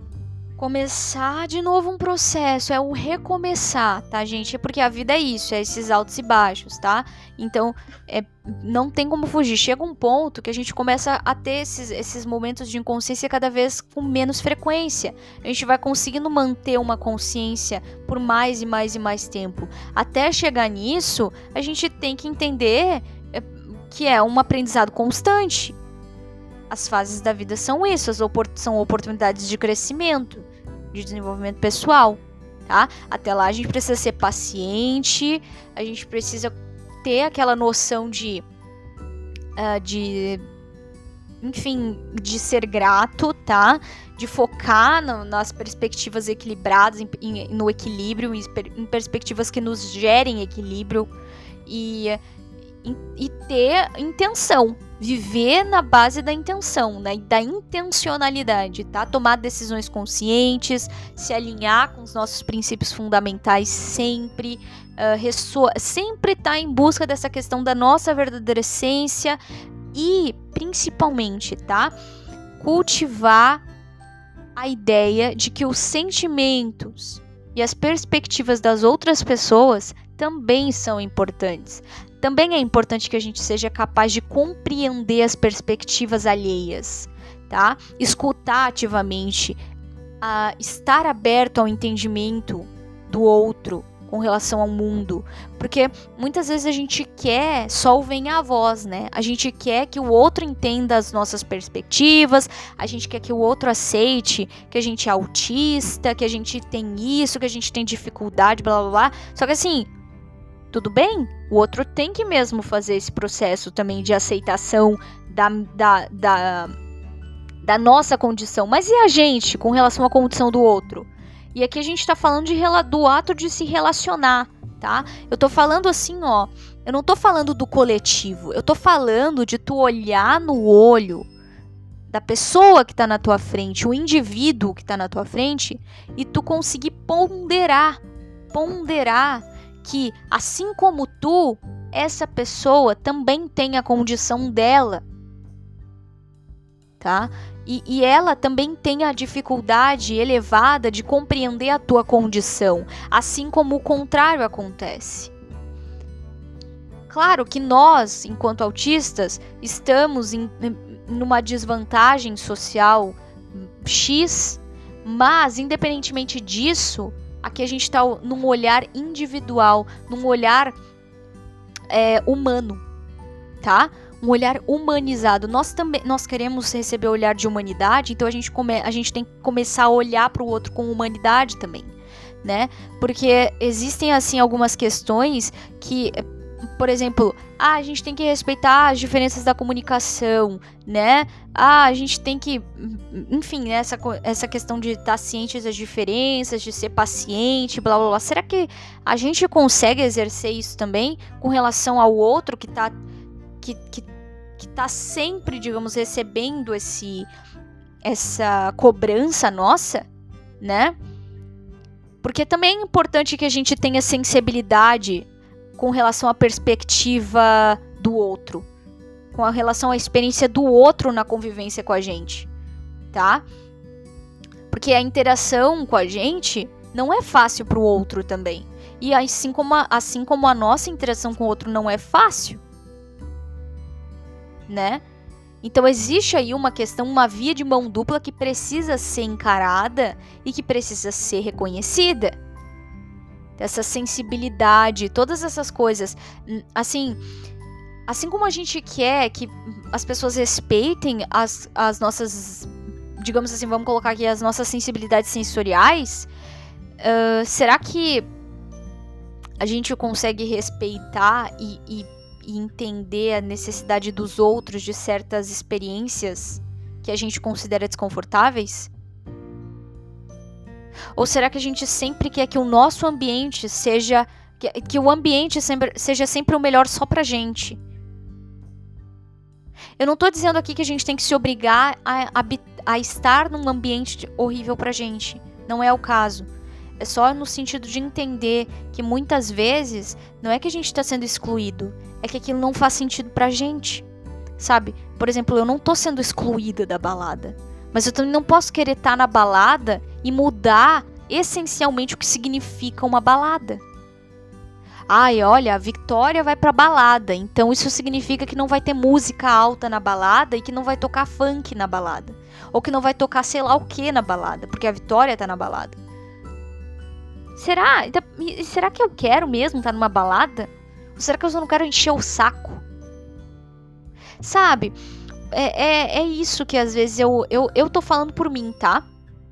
começar de novo um processo, é o recomeçar, tá, gente? Porque a vida é isso, é esses altos e baixos, tá? Então, é, não tem como fugir. Chega um ponto que a gente começa a ter esses, esses momentos de inconsciência cada vez com menos frequência. A gente vai conseguindo manter uma consciência por mais e mais e mais tempo. Até chegar nisso, a gente tem que entender que é um aprendizado constante. As fases da vida são isso, as opor- são oportunidades de crescimento, de desenvolvimento pessoal, tá? Até lá a gente precisa ser paciente, a gente precisa ter aquela noção de, uh, de enfim, de ser grato, tá? De focar no, nas perspectivas equilibradas, em, em, no equilíbrio, em, em perspectivas que nos gerem equilíbrio e, e, e ter intenção. Viver na base da intenção, né? Da intencionalidade, tá? Tomar decisões conscientes, se alinhar com os nossos princípios fundamentais sempre, uh, ressoa- sempre estar em busca dessa questão da nossa verdadeira essência e, principalmente, tá? Cultivar a ideia de que os sentimentos e as perspectivas das outras pessoas também são importantes. Também é importante que a gente seja capaz de compreender as perspectivas alheias, tá? Escutar ativamente, a estar aberto ao entendimento do outro com relação ao mundo, porque muitas vezes a gente quer só ouvir a voz, né? A gente quer que o outro entenda as nossas perspectivas, a gente quer que o outro aceite que a gente é autista, que a gente tem isso, que a gente tem dificuldade, blá blá blá. Só que assim, tudo bem, o outro tem que mesmo fazer esse processo também de aceitação da, da, da, da nossa condição. Mas e a gente com relação à condição do outro? E aqui a gente tá falando de, do ato de se relacionar, tá? Eu tô falando assim, ó, eu não tô falando do coletivo, eu tô falando de tu olhar no olho da pessoa que tá na tua frente, o indivíduo que tá na tua frente, e tu conseguir ponderar, ponderar que, assim como tu, essa pessoa também tem a condição dela, tá? E, e ela também tem a dificuldade elevada de compreender a tua condição, assim como o contrário acontece. Claro que nós, enquanto autistas, estamos em, numa desvantagem social X, mas, independentemente disso, aqui a gente está num olhar individual, num olhar é, humano, tá? Um olhar humanizado. Nós também nós queremos receber o olhar de humanidade, então a gente, come, a gente tem que começar a olhar para o outro com humanidade também, né? Porque existem, assim, algumas questões que, por exemplo, ah, a gente tem que respeitar as diferenças da comunicação, né? Ah, a gente tem que, enfim, né, essa, essa questão de estar ciente das diferenças, de ser paciente, blá blá blá. Será que a gente consegue exercer isso também com relação ao outro que está que, que, que tá sempre, digamos, recebendo esse, essa cobrança nossa, né? Porque também é importante que a gente tenha sensibilidade com relação à perspectiva do outro, com a relação à experiência do outro na convivência com a gente, tá? Porque a interação com a gente não é fácil para o outro também. E assim como, a, assim como a nossa interação com o outro não é fácil, né? Então existe aí uma questão, uma via de mão dupla que precisa ser encarada e que precisa ser reconhecida. Essa sensibilidade, todas essas coisas, assim, assim como a gente quer que as pessoas respeitem as, as nossas, digamos assim, vamos colocar aqui as nossas sensibilidades sensoriais, uh, será que a gente consegue respeitar e, e, e entender a necessidade dos outros de certas experiências que a gente considera desconfortáveis? Ou será que a gente sempre quer que o nosso ambiente seja... Que, que o ambiente sempre, seja sempre o melhor só pra gente? Eu não tô dizendo aqui que a gente tem que se obrigar a, a, a estar num ambiente horrível pra gente. Não é o caso. É só no sentido de entender que muitas vezes não é que a gente tá sendo excluído, é que aquilo não faz sentido pra gente, sabe? Por exemplo, eu não tô sendo excluída da balada, mas eu também não posso querer estar na balada e mudar essencialmente o que significa uma balada. Ai, olha, a Victoria vai pra balada, então isso significa que não vai ter música alta na balada e que não vai tocar funk na balada. Ou que não vai tocar sei lá o que na balada, porque a Victoria tá na balada. Será? Será que eu quero mesmo estar numa balada? Ou será que eu só não quero encher o saco? Sabe? É, é, é isso que às vezes eu, eu, eu tô falando por mim, tá?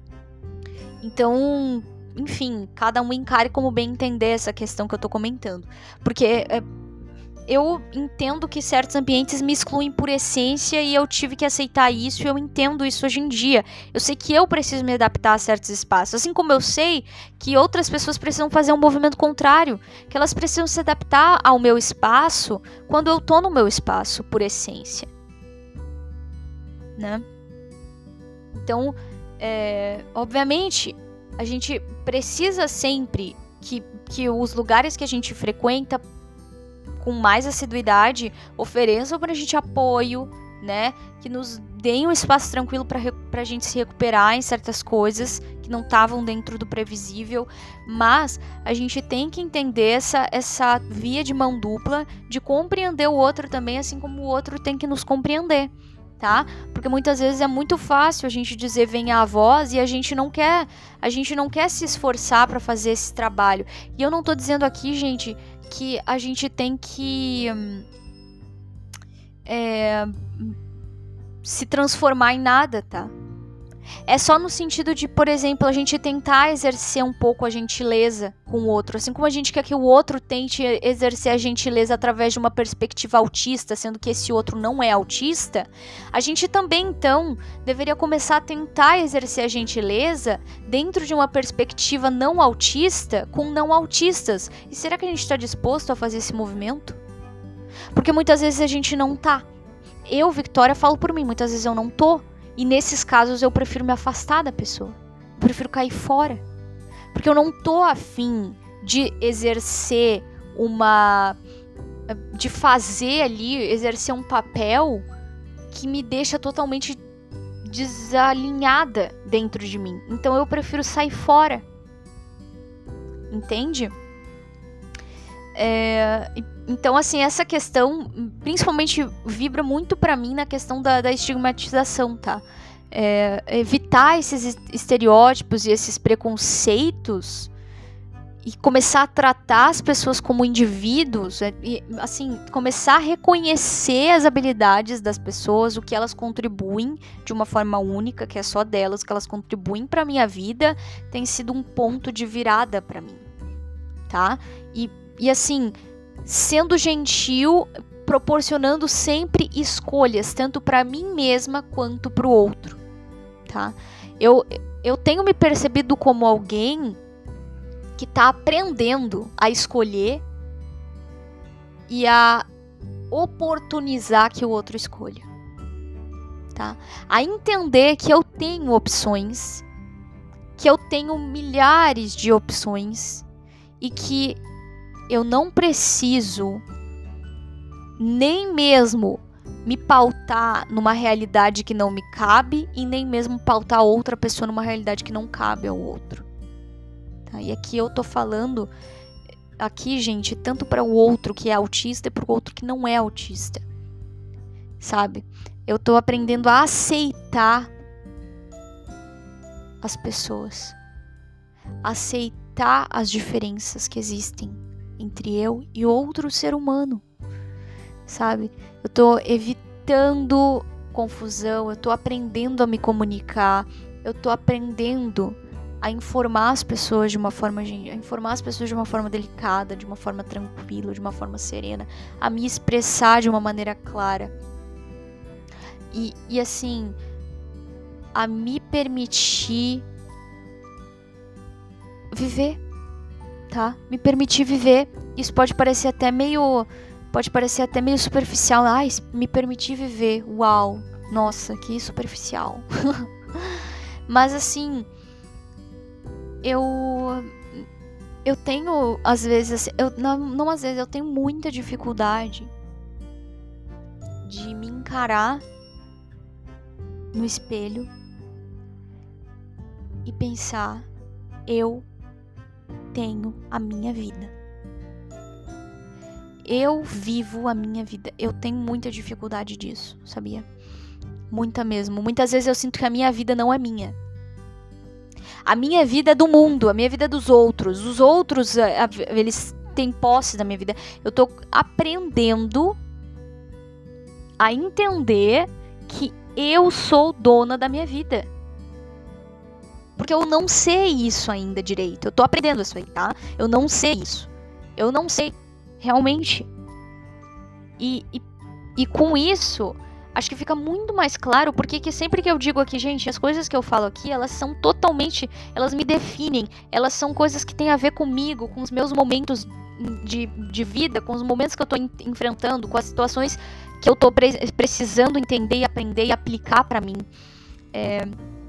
Então, enfim, cada um encare como bem entender essa questão que eu tô comentando. Porque é, eu entendo que certos ambientes me excluem por essência e eu tive que aceitar isso e eu entendo isso hoje em dia. Eu sei que eu preciso me adaptar a certos espaços, assim como eu sei que outras pessoas precisam fazer um movimento contrário, que elas precisam se adaptar ao meu espaço quando eu tô no meu espaço, por essência. Né? Então, é, obviamente, a gente precisa sempre que, que os lugares que a gente frequenta com mais assiduidade ofereçam pra gente apoio, né? Que nos deem um espaço tranquilo pra, pra gente se recuperar em certas coisas que não estavam dentro do previsível. Mas a gente tem que entender essa, essa via de mão dupla de compreender o outro também, assim como o outro tem que nos compreender. Tá? Porque muitas vezes é muito fácil a gente dizer venha a voz e a gente não quer, a gente não quer se esforçar para fazer esse trabalho. E eu não tô dizendo aqui, gente, que a gente tem que é, se transformar em nada, tá? É só no sentido de, por exemplo, a gente tentar exercer um pouco a gentileza com o outro. Assim como a gente quer que o outro tente exercer a gentileza através de uma perspectiva autista, sendo que esse outro não é autista, a gente também, então, deveria começar a tentar exercer a gentileza dentro de uma perspectiva não autista com não autistas. E será que a gente está disposto a fazer esse movimento? Porque muitas vezes a gente não tá. Eu, Victoria, falo por mim, muitas vezes eu não tô. E nesses casos eu prefiro me afastar da pessoa. Eu prefiro cair fora. Porque eu não tô afim de exercer uma... de fazer ali, exercer um papel que me deixa totalmente desalinhada dentro de mim. Então eu prefiro sair fora. Entende? É... Então, assim, essa questão, principalmente, vibra muito pra mim na questão da, da estigmatização, tá? É, evitar esses estereótipos e esses preconceitos e começar a tratar as pessoas como indivíduos, é, e, assim, começar a reconhecer as habilidades das pessoas, o que elas contribuem de uma forma única, que é só delas, que elas contribuem pra minha vida, tem sido um ponto de virada pra mim, tá? E, e assim... sendo gentil, proporcionando sempre escolhas, tanto para mim mesma quanto para o outro, tá? Eu, eu tenho me percebido como alguém que está aprendendo a escolher e a oportunizar que o outro escolha, tá? A entender que eu tenho opções, que eu tenho milhares de opções e que eu não preciso nem mesmo me pautar numa realidade que não me cabe e nem mesmo pautar outra pessoa numa realidade que não cabe ao outro. Tá? E aqui eu tô falando, aqui, gente, tanto para o outro que é autista e para o outro que não é autista. Sabe? Eu tô aprendendo a aceitar as pessoas. Aceitar as diferenças que existem entre eu e outro ser humano, sabe? Eu tô evitando confusão, eu tô aprendendo a me comunicar, eu tô aprendendo a informar as pessoas de uma forma, a informar as pessoas de uma forma delicada, de uma forma tranquila, de uma forma serena, a me expressar de uma maneira clara. E, e assim, a me permitir viver, tá? Me permitir viver. Isso pode parecer até meio... Pode parecer até meio superficial. Ai, me permitir viver. Uau. Nossa, que superficial. Mas assim... Eu... Eu tenho, às vezes... Eu, não, não às vezes, eu tenho muita dificuldade de me encarar no espelho e pensar: eu tenho a minha vida. Eu vivo a minha vida. Eu tenho muita dificuldade disso, sabia? Muita mesmo. Muitas vezes eu sinto que a minha vida não é minha. A minha vida é do mundo, a minha vida é dos outros. Os outros, eles têm posse da minha vida. Eu tô aprendendo a entender que eu sou dona da minha vida. Porque eu não sei isso ainda direito. Eu tô aprendendo isso aí, tá? Eu não sei isso. Eu não sei, realmente. E, e, e com isso, acho que fica muito mais claro porque que sempre que eu digo aqui, gente, as coisas que eu falo aqui, elas são totalmente, elas me definem. Elas são coisas que têm a ver comigo, com os meus momentos de, de vida, com os momentos que eu tô en- enfrentando, com as situações que eu tô pre- precisando entender e aprender e aplicar pra mim. É...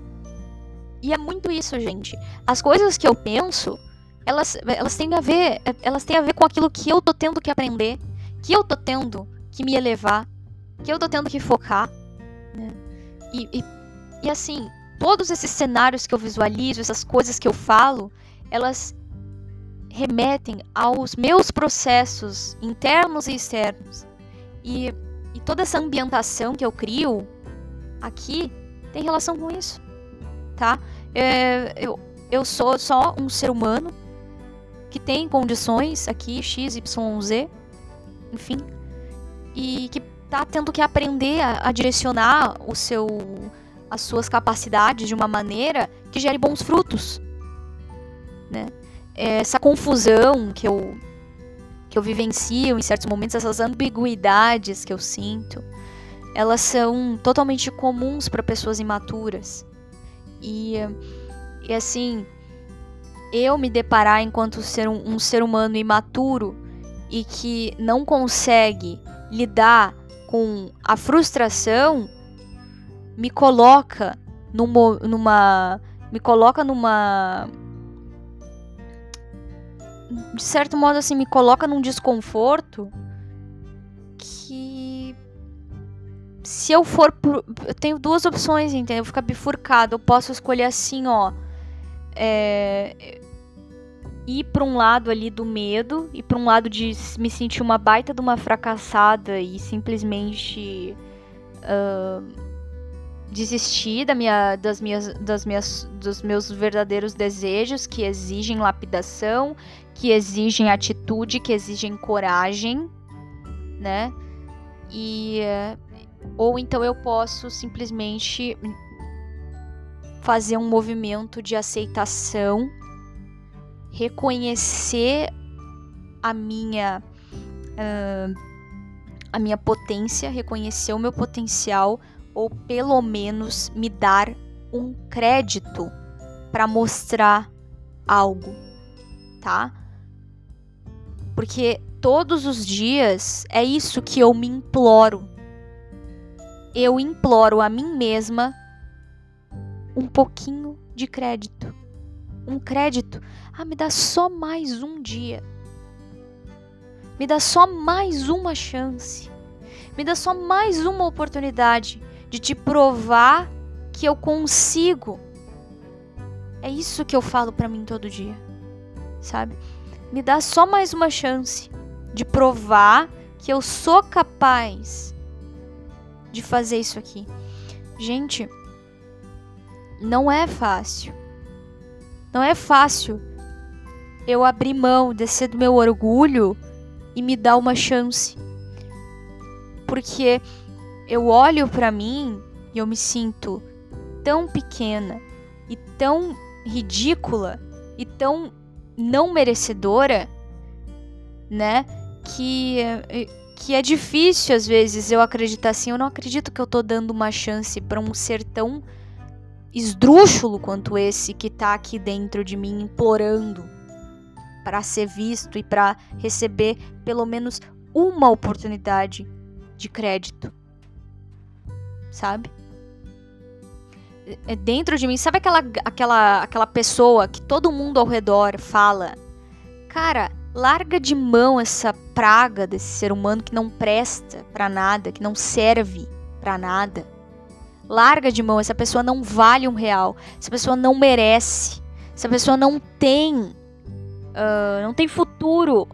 E é muito isso, gente. As coisas que eu penso, elas, elas têm a ver, elas têm a ver com aquilo que eu tô tendo que aprender, que eu tô tendo que me elevar, que eu tô tendo que focar, né? E, e, e assim, todos esses cenários que eu visualizo, essas coisas que eu falo, elas remetem aos meus processos internos e externos. E, e toda essa ambientação que eu crio aqui tem relação com isso, tá? É, eu, eu sou só um ser humano que tem condições aqui, X, Y, Z, enfim, e que tá tendo que aprender a, a direcionar o seu, as suas capacidades de uma maneira que gere bons frutos, né? Essa confusão que eu, que eu vivencio em certos momentos, essas ambiguidades que eu sinto, elas são totalmente comuns para pessoas imaturas. E, e assim, eu me deparar enquanto ser um, um ser humano imaturo e que não consegue lidar com a frustração, me coloca numa, numa me coloca numa de certo modo assim, me coloca num desconforto que se eu for pro, eu tenho duas opções, entendeu? Eu vou ficar bifurcado, eu posso escolher assim, ó, é, ir para um lado ali do medo, ir para um lado de me sentir uma baita de uma fracassada e simplesmente uh, desistir da minha, das minhas, das minhas, dos meus verdadeiros desejos que exigem lapidação, que exigem atitude, que exigem coragem, né? E ou então eu posso simplesmente fazer um movimento de aceitação, reconhecer a minha uh, a minha potência, reconhecer o meu potencial, ou pelo menos me dar um crédito para mostrar algo, tá? Porque todos os dias é isso que eu me imploro. Eu imploro a mim mesma um pouquinho de crédito. Um crédito. Ah, me dá só mais um dia. Me dá só mais uma chance. Me dá só mais uma oportunidade de te provar que eu consigo. É isso que eu falo pra mim todo dia, sabe? Me dá só mais uma chance de provar que eu sou capaz de fazer isso aqui. Gente, não é fácil. Não é fácil eu abrir mão, descer do meu orgulho e me dar uma chance. Porque eu olho pra mim e eu me sinto tão pequena e tão ridícula e tão não merecedora, né? Que, que é difícil às vezes eu acreditar assim. Eu não acredito que eu tô dando uma chance pra um ser tão esdrúxulo quanto esse que tá aqui dentro de mim implorando para ser visto e para receber pelo menos uma oportunidade de crédito, sabe? É dentro de mim, sabe aquela, aquela, aquela pessoa que todo mundo ao redor fala, cara, larga de mão essa praga desse ser humano que não presta pra nada, que não serve pra nada. Larga de mão, essa pessoa não vale um real, essa pessoa não merece, essa pessoa não tem, uh, não tem futuro.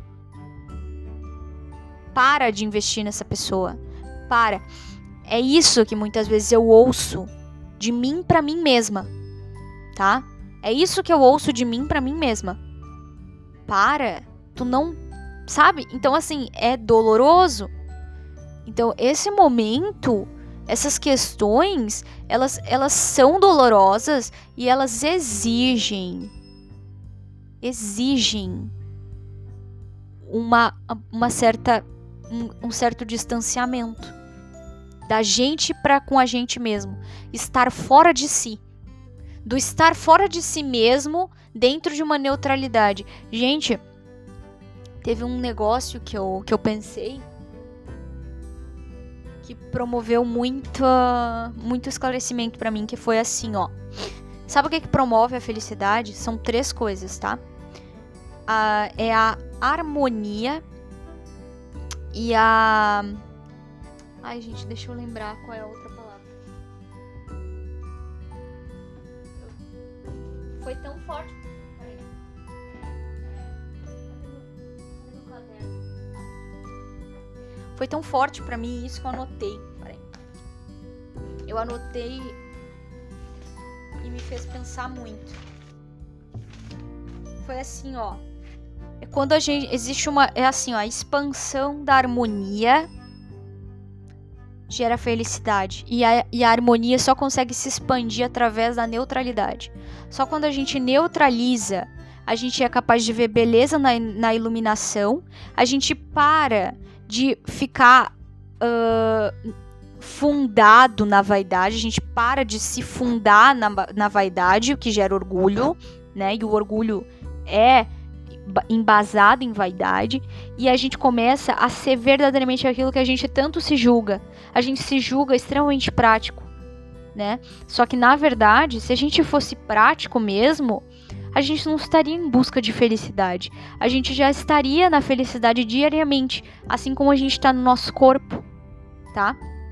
Para de investir nessa pessoa, para. É isso que muitas vezes eu ouço de mim pra mim mesma, tá? É isso que eu ouço de mim pra mim mesma. Para, tu não, sabe? Então assim, é doloroso. Então esse momento, essas questões, elas, elas são dolorosas e elas exigem, exigem uma, uma certa, um, um certo distanciamento da gente para com a gente mesmo, estar fora de si, do estar fora de si mesmo dentro de uma neutralidade. Gente, teve um negócio que eu, que eu pensei que promoveu muito, muito esclarecimento para mim, que foi assim, ó. Sabe o que, que promove a felicidade? São três coisas, tá? A, é a harmonia e a... Ai, gente, deixa eu lembrar qual é a outra palavra. Foi tão forte. Peraí. Foi tão forte pra mim isso que eu anotei. Peraí. Eu anotei e me fez pensar muito. Foi assim, ó. É quando a gente existe uma, é assim, ó, a expansão da harmonia gera felicidade. E a, e a harmonia só consegue se expandir através da neutralidade. Só quando a gente neutraliza, a gente é capaz de ver beleza na, na iluminação. A gente para de ficar uh, fundado na vaidade. A gente para de se fundar na, na vaidade, o que gera orgulho, né? E o orgulho é embasado em vaidade, e a gente começa a ser verdadeiramente aquilo que a gente tanto se julga. A gente se julga extremamente prático, né? Só que na verdade, se a gente fosse prático mesmo, a gente não estaria em busca de felicidade. A gente já estaria na felicidade diariamente, assim como a gente está no nosso corpo, tá?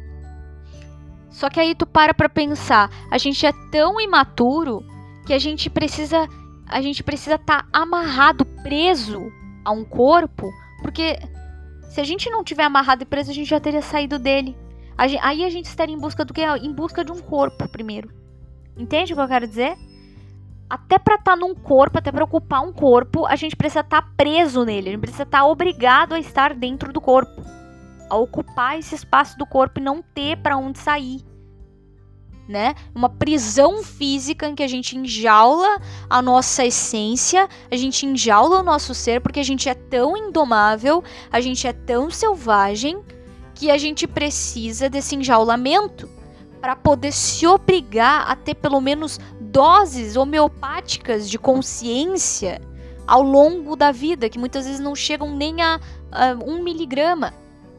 Só que aí tu para pra pensar, a gente é tão imaturo que a gente precisa a gente precisa estar tá amarrado, preso a um corpo, porque se a gente não tiver amarrado e preso, a gente já teria saído dele. A gente, aí a gente estaria em busca do quê? Em busca de um corpo primeiro. Entende o que eu quero dizer? Até para estar tá num corpo, até para ocupar um corpo, a gente precisa estar tá preso nele. A gente precisa estar tá obrigado a estar dentro do corpo, a ocupar esse espaço do corpo e não ter para onde sair. Né? Uma prisão física em que a gente enjaula a nossa essência, a gente enjaula o nosso ser, porque a gente é tão indomável, a gente é tão selvagem, que a gente precisa desse enjaulamento para poder se obrigar a ter pelo menos doses homeopáticas de consciência ao longo da vida, que muitas vezes não chegam nem a, a um miligrama,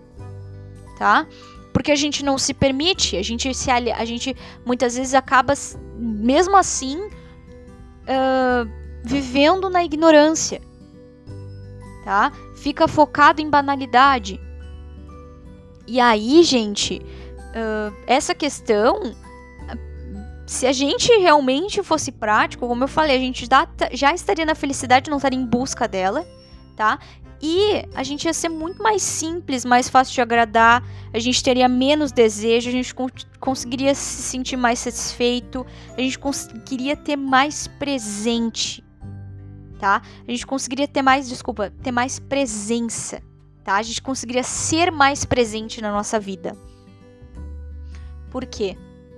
tá? Porque a gente não se permite, a gente, se, a gente muitas vezes acaba, mesmo assim, uh, vivendo na ignorância, tá? Fica focado em banalidade. E aí, gente, uh, essa questão, se a gente realmente fosse prático, como eu falei, a gente já, já estaria na felicidade, não estaria em busca dela, tá? E a gente ia ser muito mais simples, mais fácil de agradar, a gente teria menos desejo, a gente con- conseguiria se sentir mais satisfeito, a gente conseguiria ter mais presente, tá? A gente conseguiria ter mais, desculpa, ter mais presença, tá? A gente conseguiria ser mais presente na nossa vida. Por quê?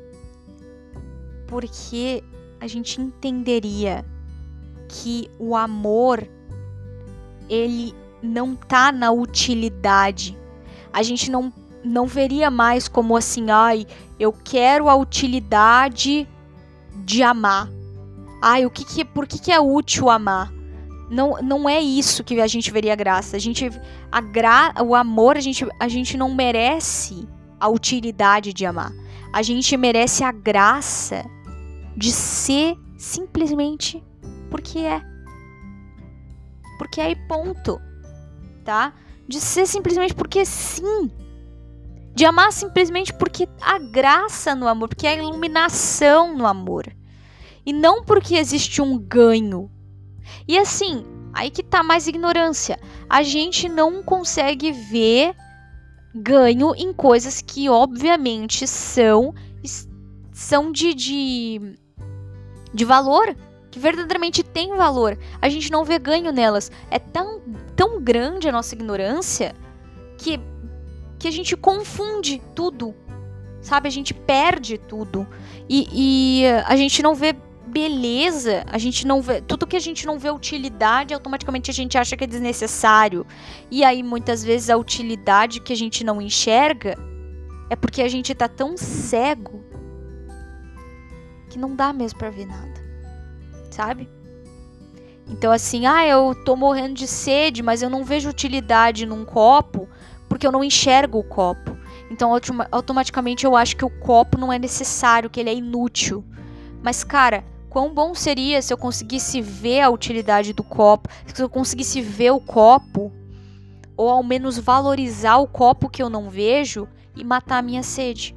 Porque a gente entenderia que o amor, ele não tá na utilidade. A gente não, não veria mais como assim, ai, eu quero a utilidade de amar. Ai, o que que, por que que é útil amar? Não, não é isso que a gente veria graça. A gente, a gra, o amor, a gente, a gente não merece a utilidade de amar. A gente merece a graça de ser simplesmente porque é. Porque é e ponto. Tá? De ser simplesmente porque sim. De amar simplesmente porque há graça no amor, porque há iluminação no amor. E não porque existe um ganho. E assim, aí que tá mais ignorância. A gente não consegue ver ganho em coisas que obviamente são, são de, de, de valor, que verdadeiramente tem valor. A gente não vê ganho nelas. É tão, tão grande a nossa ignorância que, que a gente confunde tudo, sabe? A gente perde tudo. E, e a gente não vê beleza, a gente não vê, tudo que a gente não vê utilidade, automaticamente a gente acha que é desnecessário. E aí muitas vezes a utilidade que a gente não enxerga é porque a gente tá tão cego que não dá mesmo pra ver nada, sabe? Então assim, ah, eu tô morrendo de sede, mas eu não vejo utilidade num copo porque eu não enxergo o copo. Então automaticamente eu acho que o copo não é necessário, que ele é inútil. Mas cara, quão bom seria se eu conseguisse ver a utilidade do copo, se eu conseguisse ver o copo, ou ao menos valorizar o copo que eu não vejo e matar a minha sede,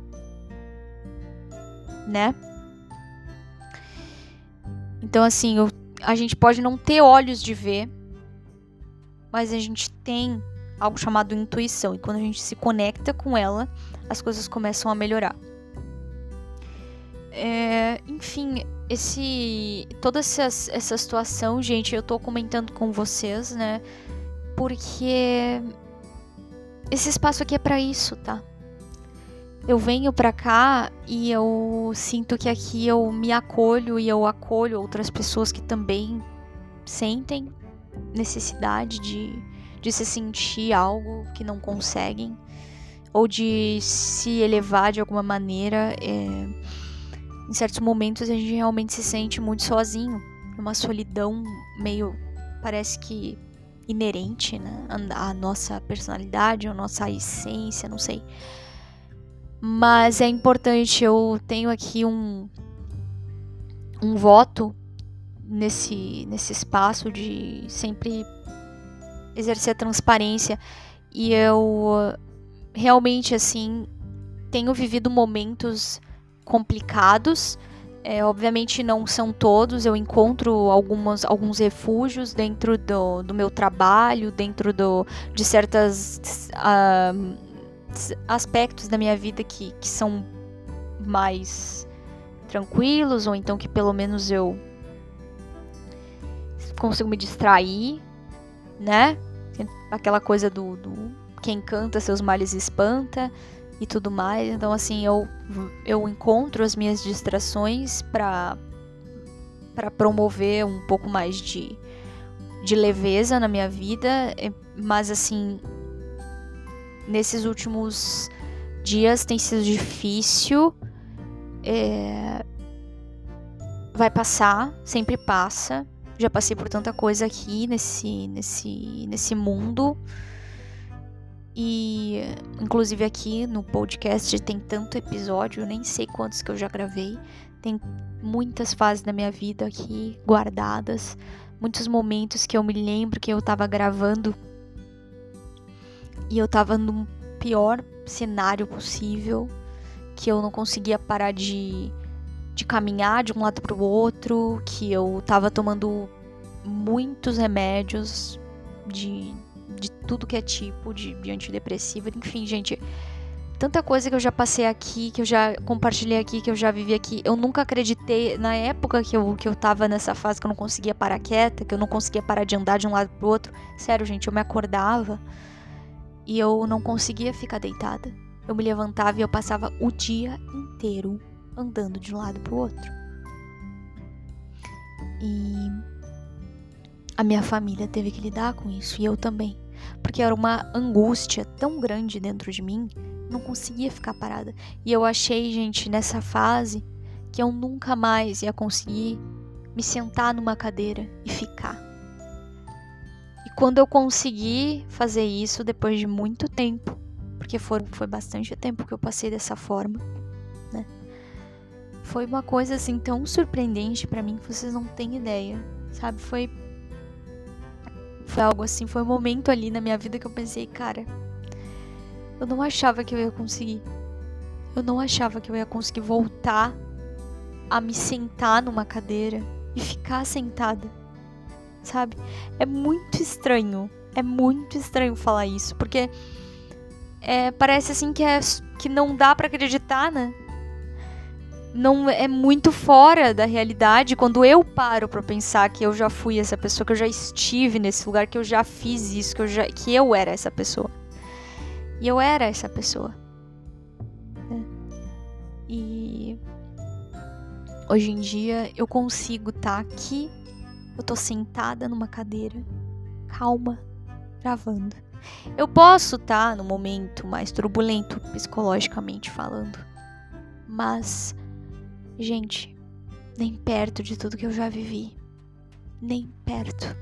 né? Então assim, eu, a gente pode não ter olhos de ver, mas a gente tem algo chamado intuição, e quando a gente se conecta com ela, as coisas começam a melhorar. É, enfim, esse, toda essa, essa situação, gente, eu tô comentando com vocês, né? Porque esse espaço aqui é pra isso, tá? Eu venho pra cá e eu sinto que aqui eu me acolho e eu acolho outras pessoas que também sentem necessidade de, de se sentir algo que não conseguem, ou de se elevar de alguma maneira. É, em certos momentos a gente realmente se sente muito sozinho, uma solidão meio, parece que inerente, né, à nossa personalidade, à nossa essência, não sei. Mas é importante, eu tenho aqui um, um voto nesse, nesse espaço de sempre exercer a transparência, e eu realmente, assim, tenho vivido momentos complicados. É, obviamente não são todos, eu encontro algumas, alguns refúgios dentro do, do meu trabalho, dentro do, de certos uh, aspectos da minha vida que, que são mais tranquilos, ou então que pelo menos eu consigo me distrair, né? Aquela coisa do, do quem canta seus males espanta e tudo mais. Então assim, eu, eu encontro as minhas distrações para para promover um pouco mais de, de leveza na minha vida, mas assim, nesses últimos dias tem sido difícil. É... vai passar, sempre passa. Já passei por tanta coisa aqui nesse, nesse, nesse mundo. E inclusive aqui no podcast tem tanto episódio, eu nem sei quantos que eu já gravei. Tem muitas fases da minha vida aqui guardadas, muitos momentos que eu me lembro que eu tava gravando e eu tava no pior cenário possível, que eu não conseguia parar de, de caminhar de um lado pro outro, que eu tava tomando muitos remédios de de tudo que é tipo de, de antidepressivo, enfim, gente, tanta coisa que eu já passei aqui, que eu já compartilhei aqui, que eu já vivi aqui. Eu nunca acreditei, na época que eu, que eu tava nessa fase que eu não conseguia parar quieta, que eu não conseguia parar de andar de um lado pro outro, sério, gente, eu me acordava e eu não conseguia ficar deitada. Eu me levantava e eu passava o dia inteiro andando de um lado pro outro. E a minha família teve que lidar com isso, e eu também. Porque era uma angústia tão grande dentro de mim, não conseguia ficar parada. E eu achei, gente, nessa fase, que eu nunca mais ia conseguir me sentar numa cadeira e ficar. E quando eu consegui fazer isso, depois de muito tempo, porque foi, foi bastante tempo que eu passei dessa forma, né? Foi uma coisa assim tão surpreendente pra mim que vocês não têm ideia, sabe? Foi, foi algo assim, foi um momento ali na minha vida que eu pensei, cara, eu não achava que eu ia conseguir. Eu não achava que eu ia conseguir voltar a me sentar numa cadeira e ficar sentada, sabe? É muito estranho, é muito estranho falar isso, porque é, parece assim que, é, que não dá pra acreditar, né? Não é muito fora da realidade quando eu paro pra pensar que eu já fui essa pessoa, que eu já estive nesse lugar, que eu já fiz isso, que eu, já, que eu era essa pessoa. E eu era essa pessoa. Né? E hoje em dia eu consigo estar aqui, eu tô sentada numa cadeira, calma, gravando. Eu posso estar no momento mais turbulento, psicologicamente falando, mas, gente, nem perto de tudo que eu já vivi, nem perto.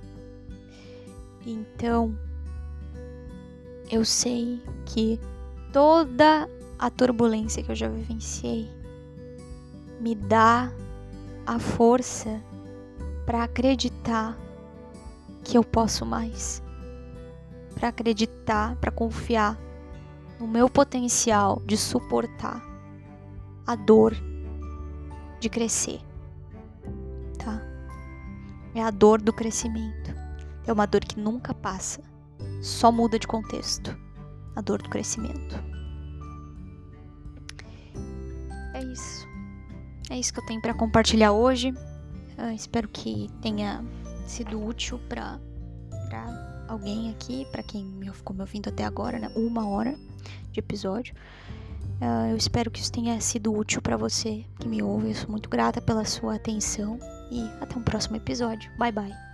Então, eu sei que toda a turbulência que eu já vivenciei me dá a força para acreditar que eu posso mais, para acreditar, para confiar no meu potencial de suportar a dor de crescer, tá? É a dor do crescimento. É uma dor que nunca passa, só muda de contexto. A dor do crescimento. É isso. É isso que eu tenho para compartilhar hoje. Eu espero que tenha sido útil para para alguém aqui, para quem me, ficou me ouvindo até agora, né? Uma hora de episódio. Uh, eu espero que isso tenha sido útil para você que me ouve. Eu sou muito grata pela sua atenção e até um próximo episódio. Bye, bye.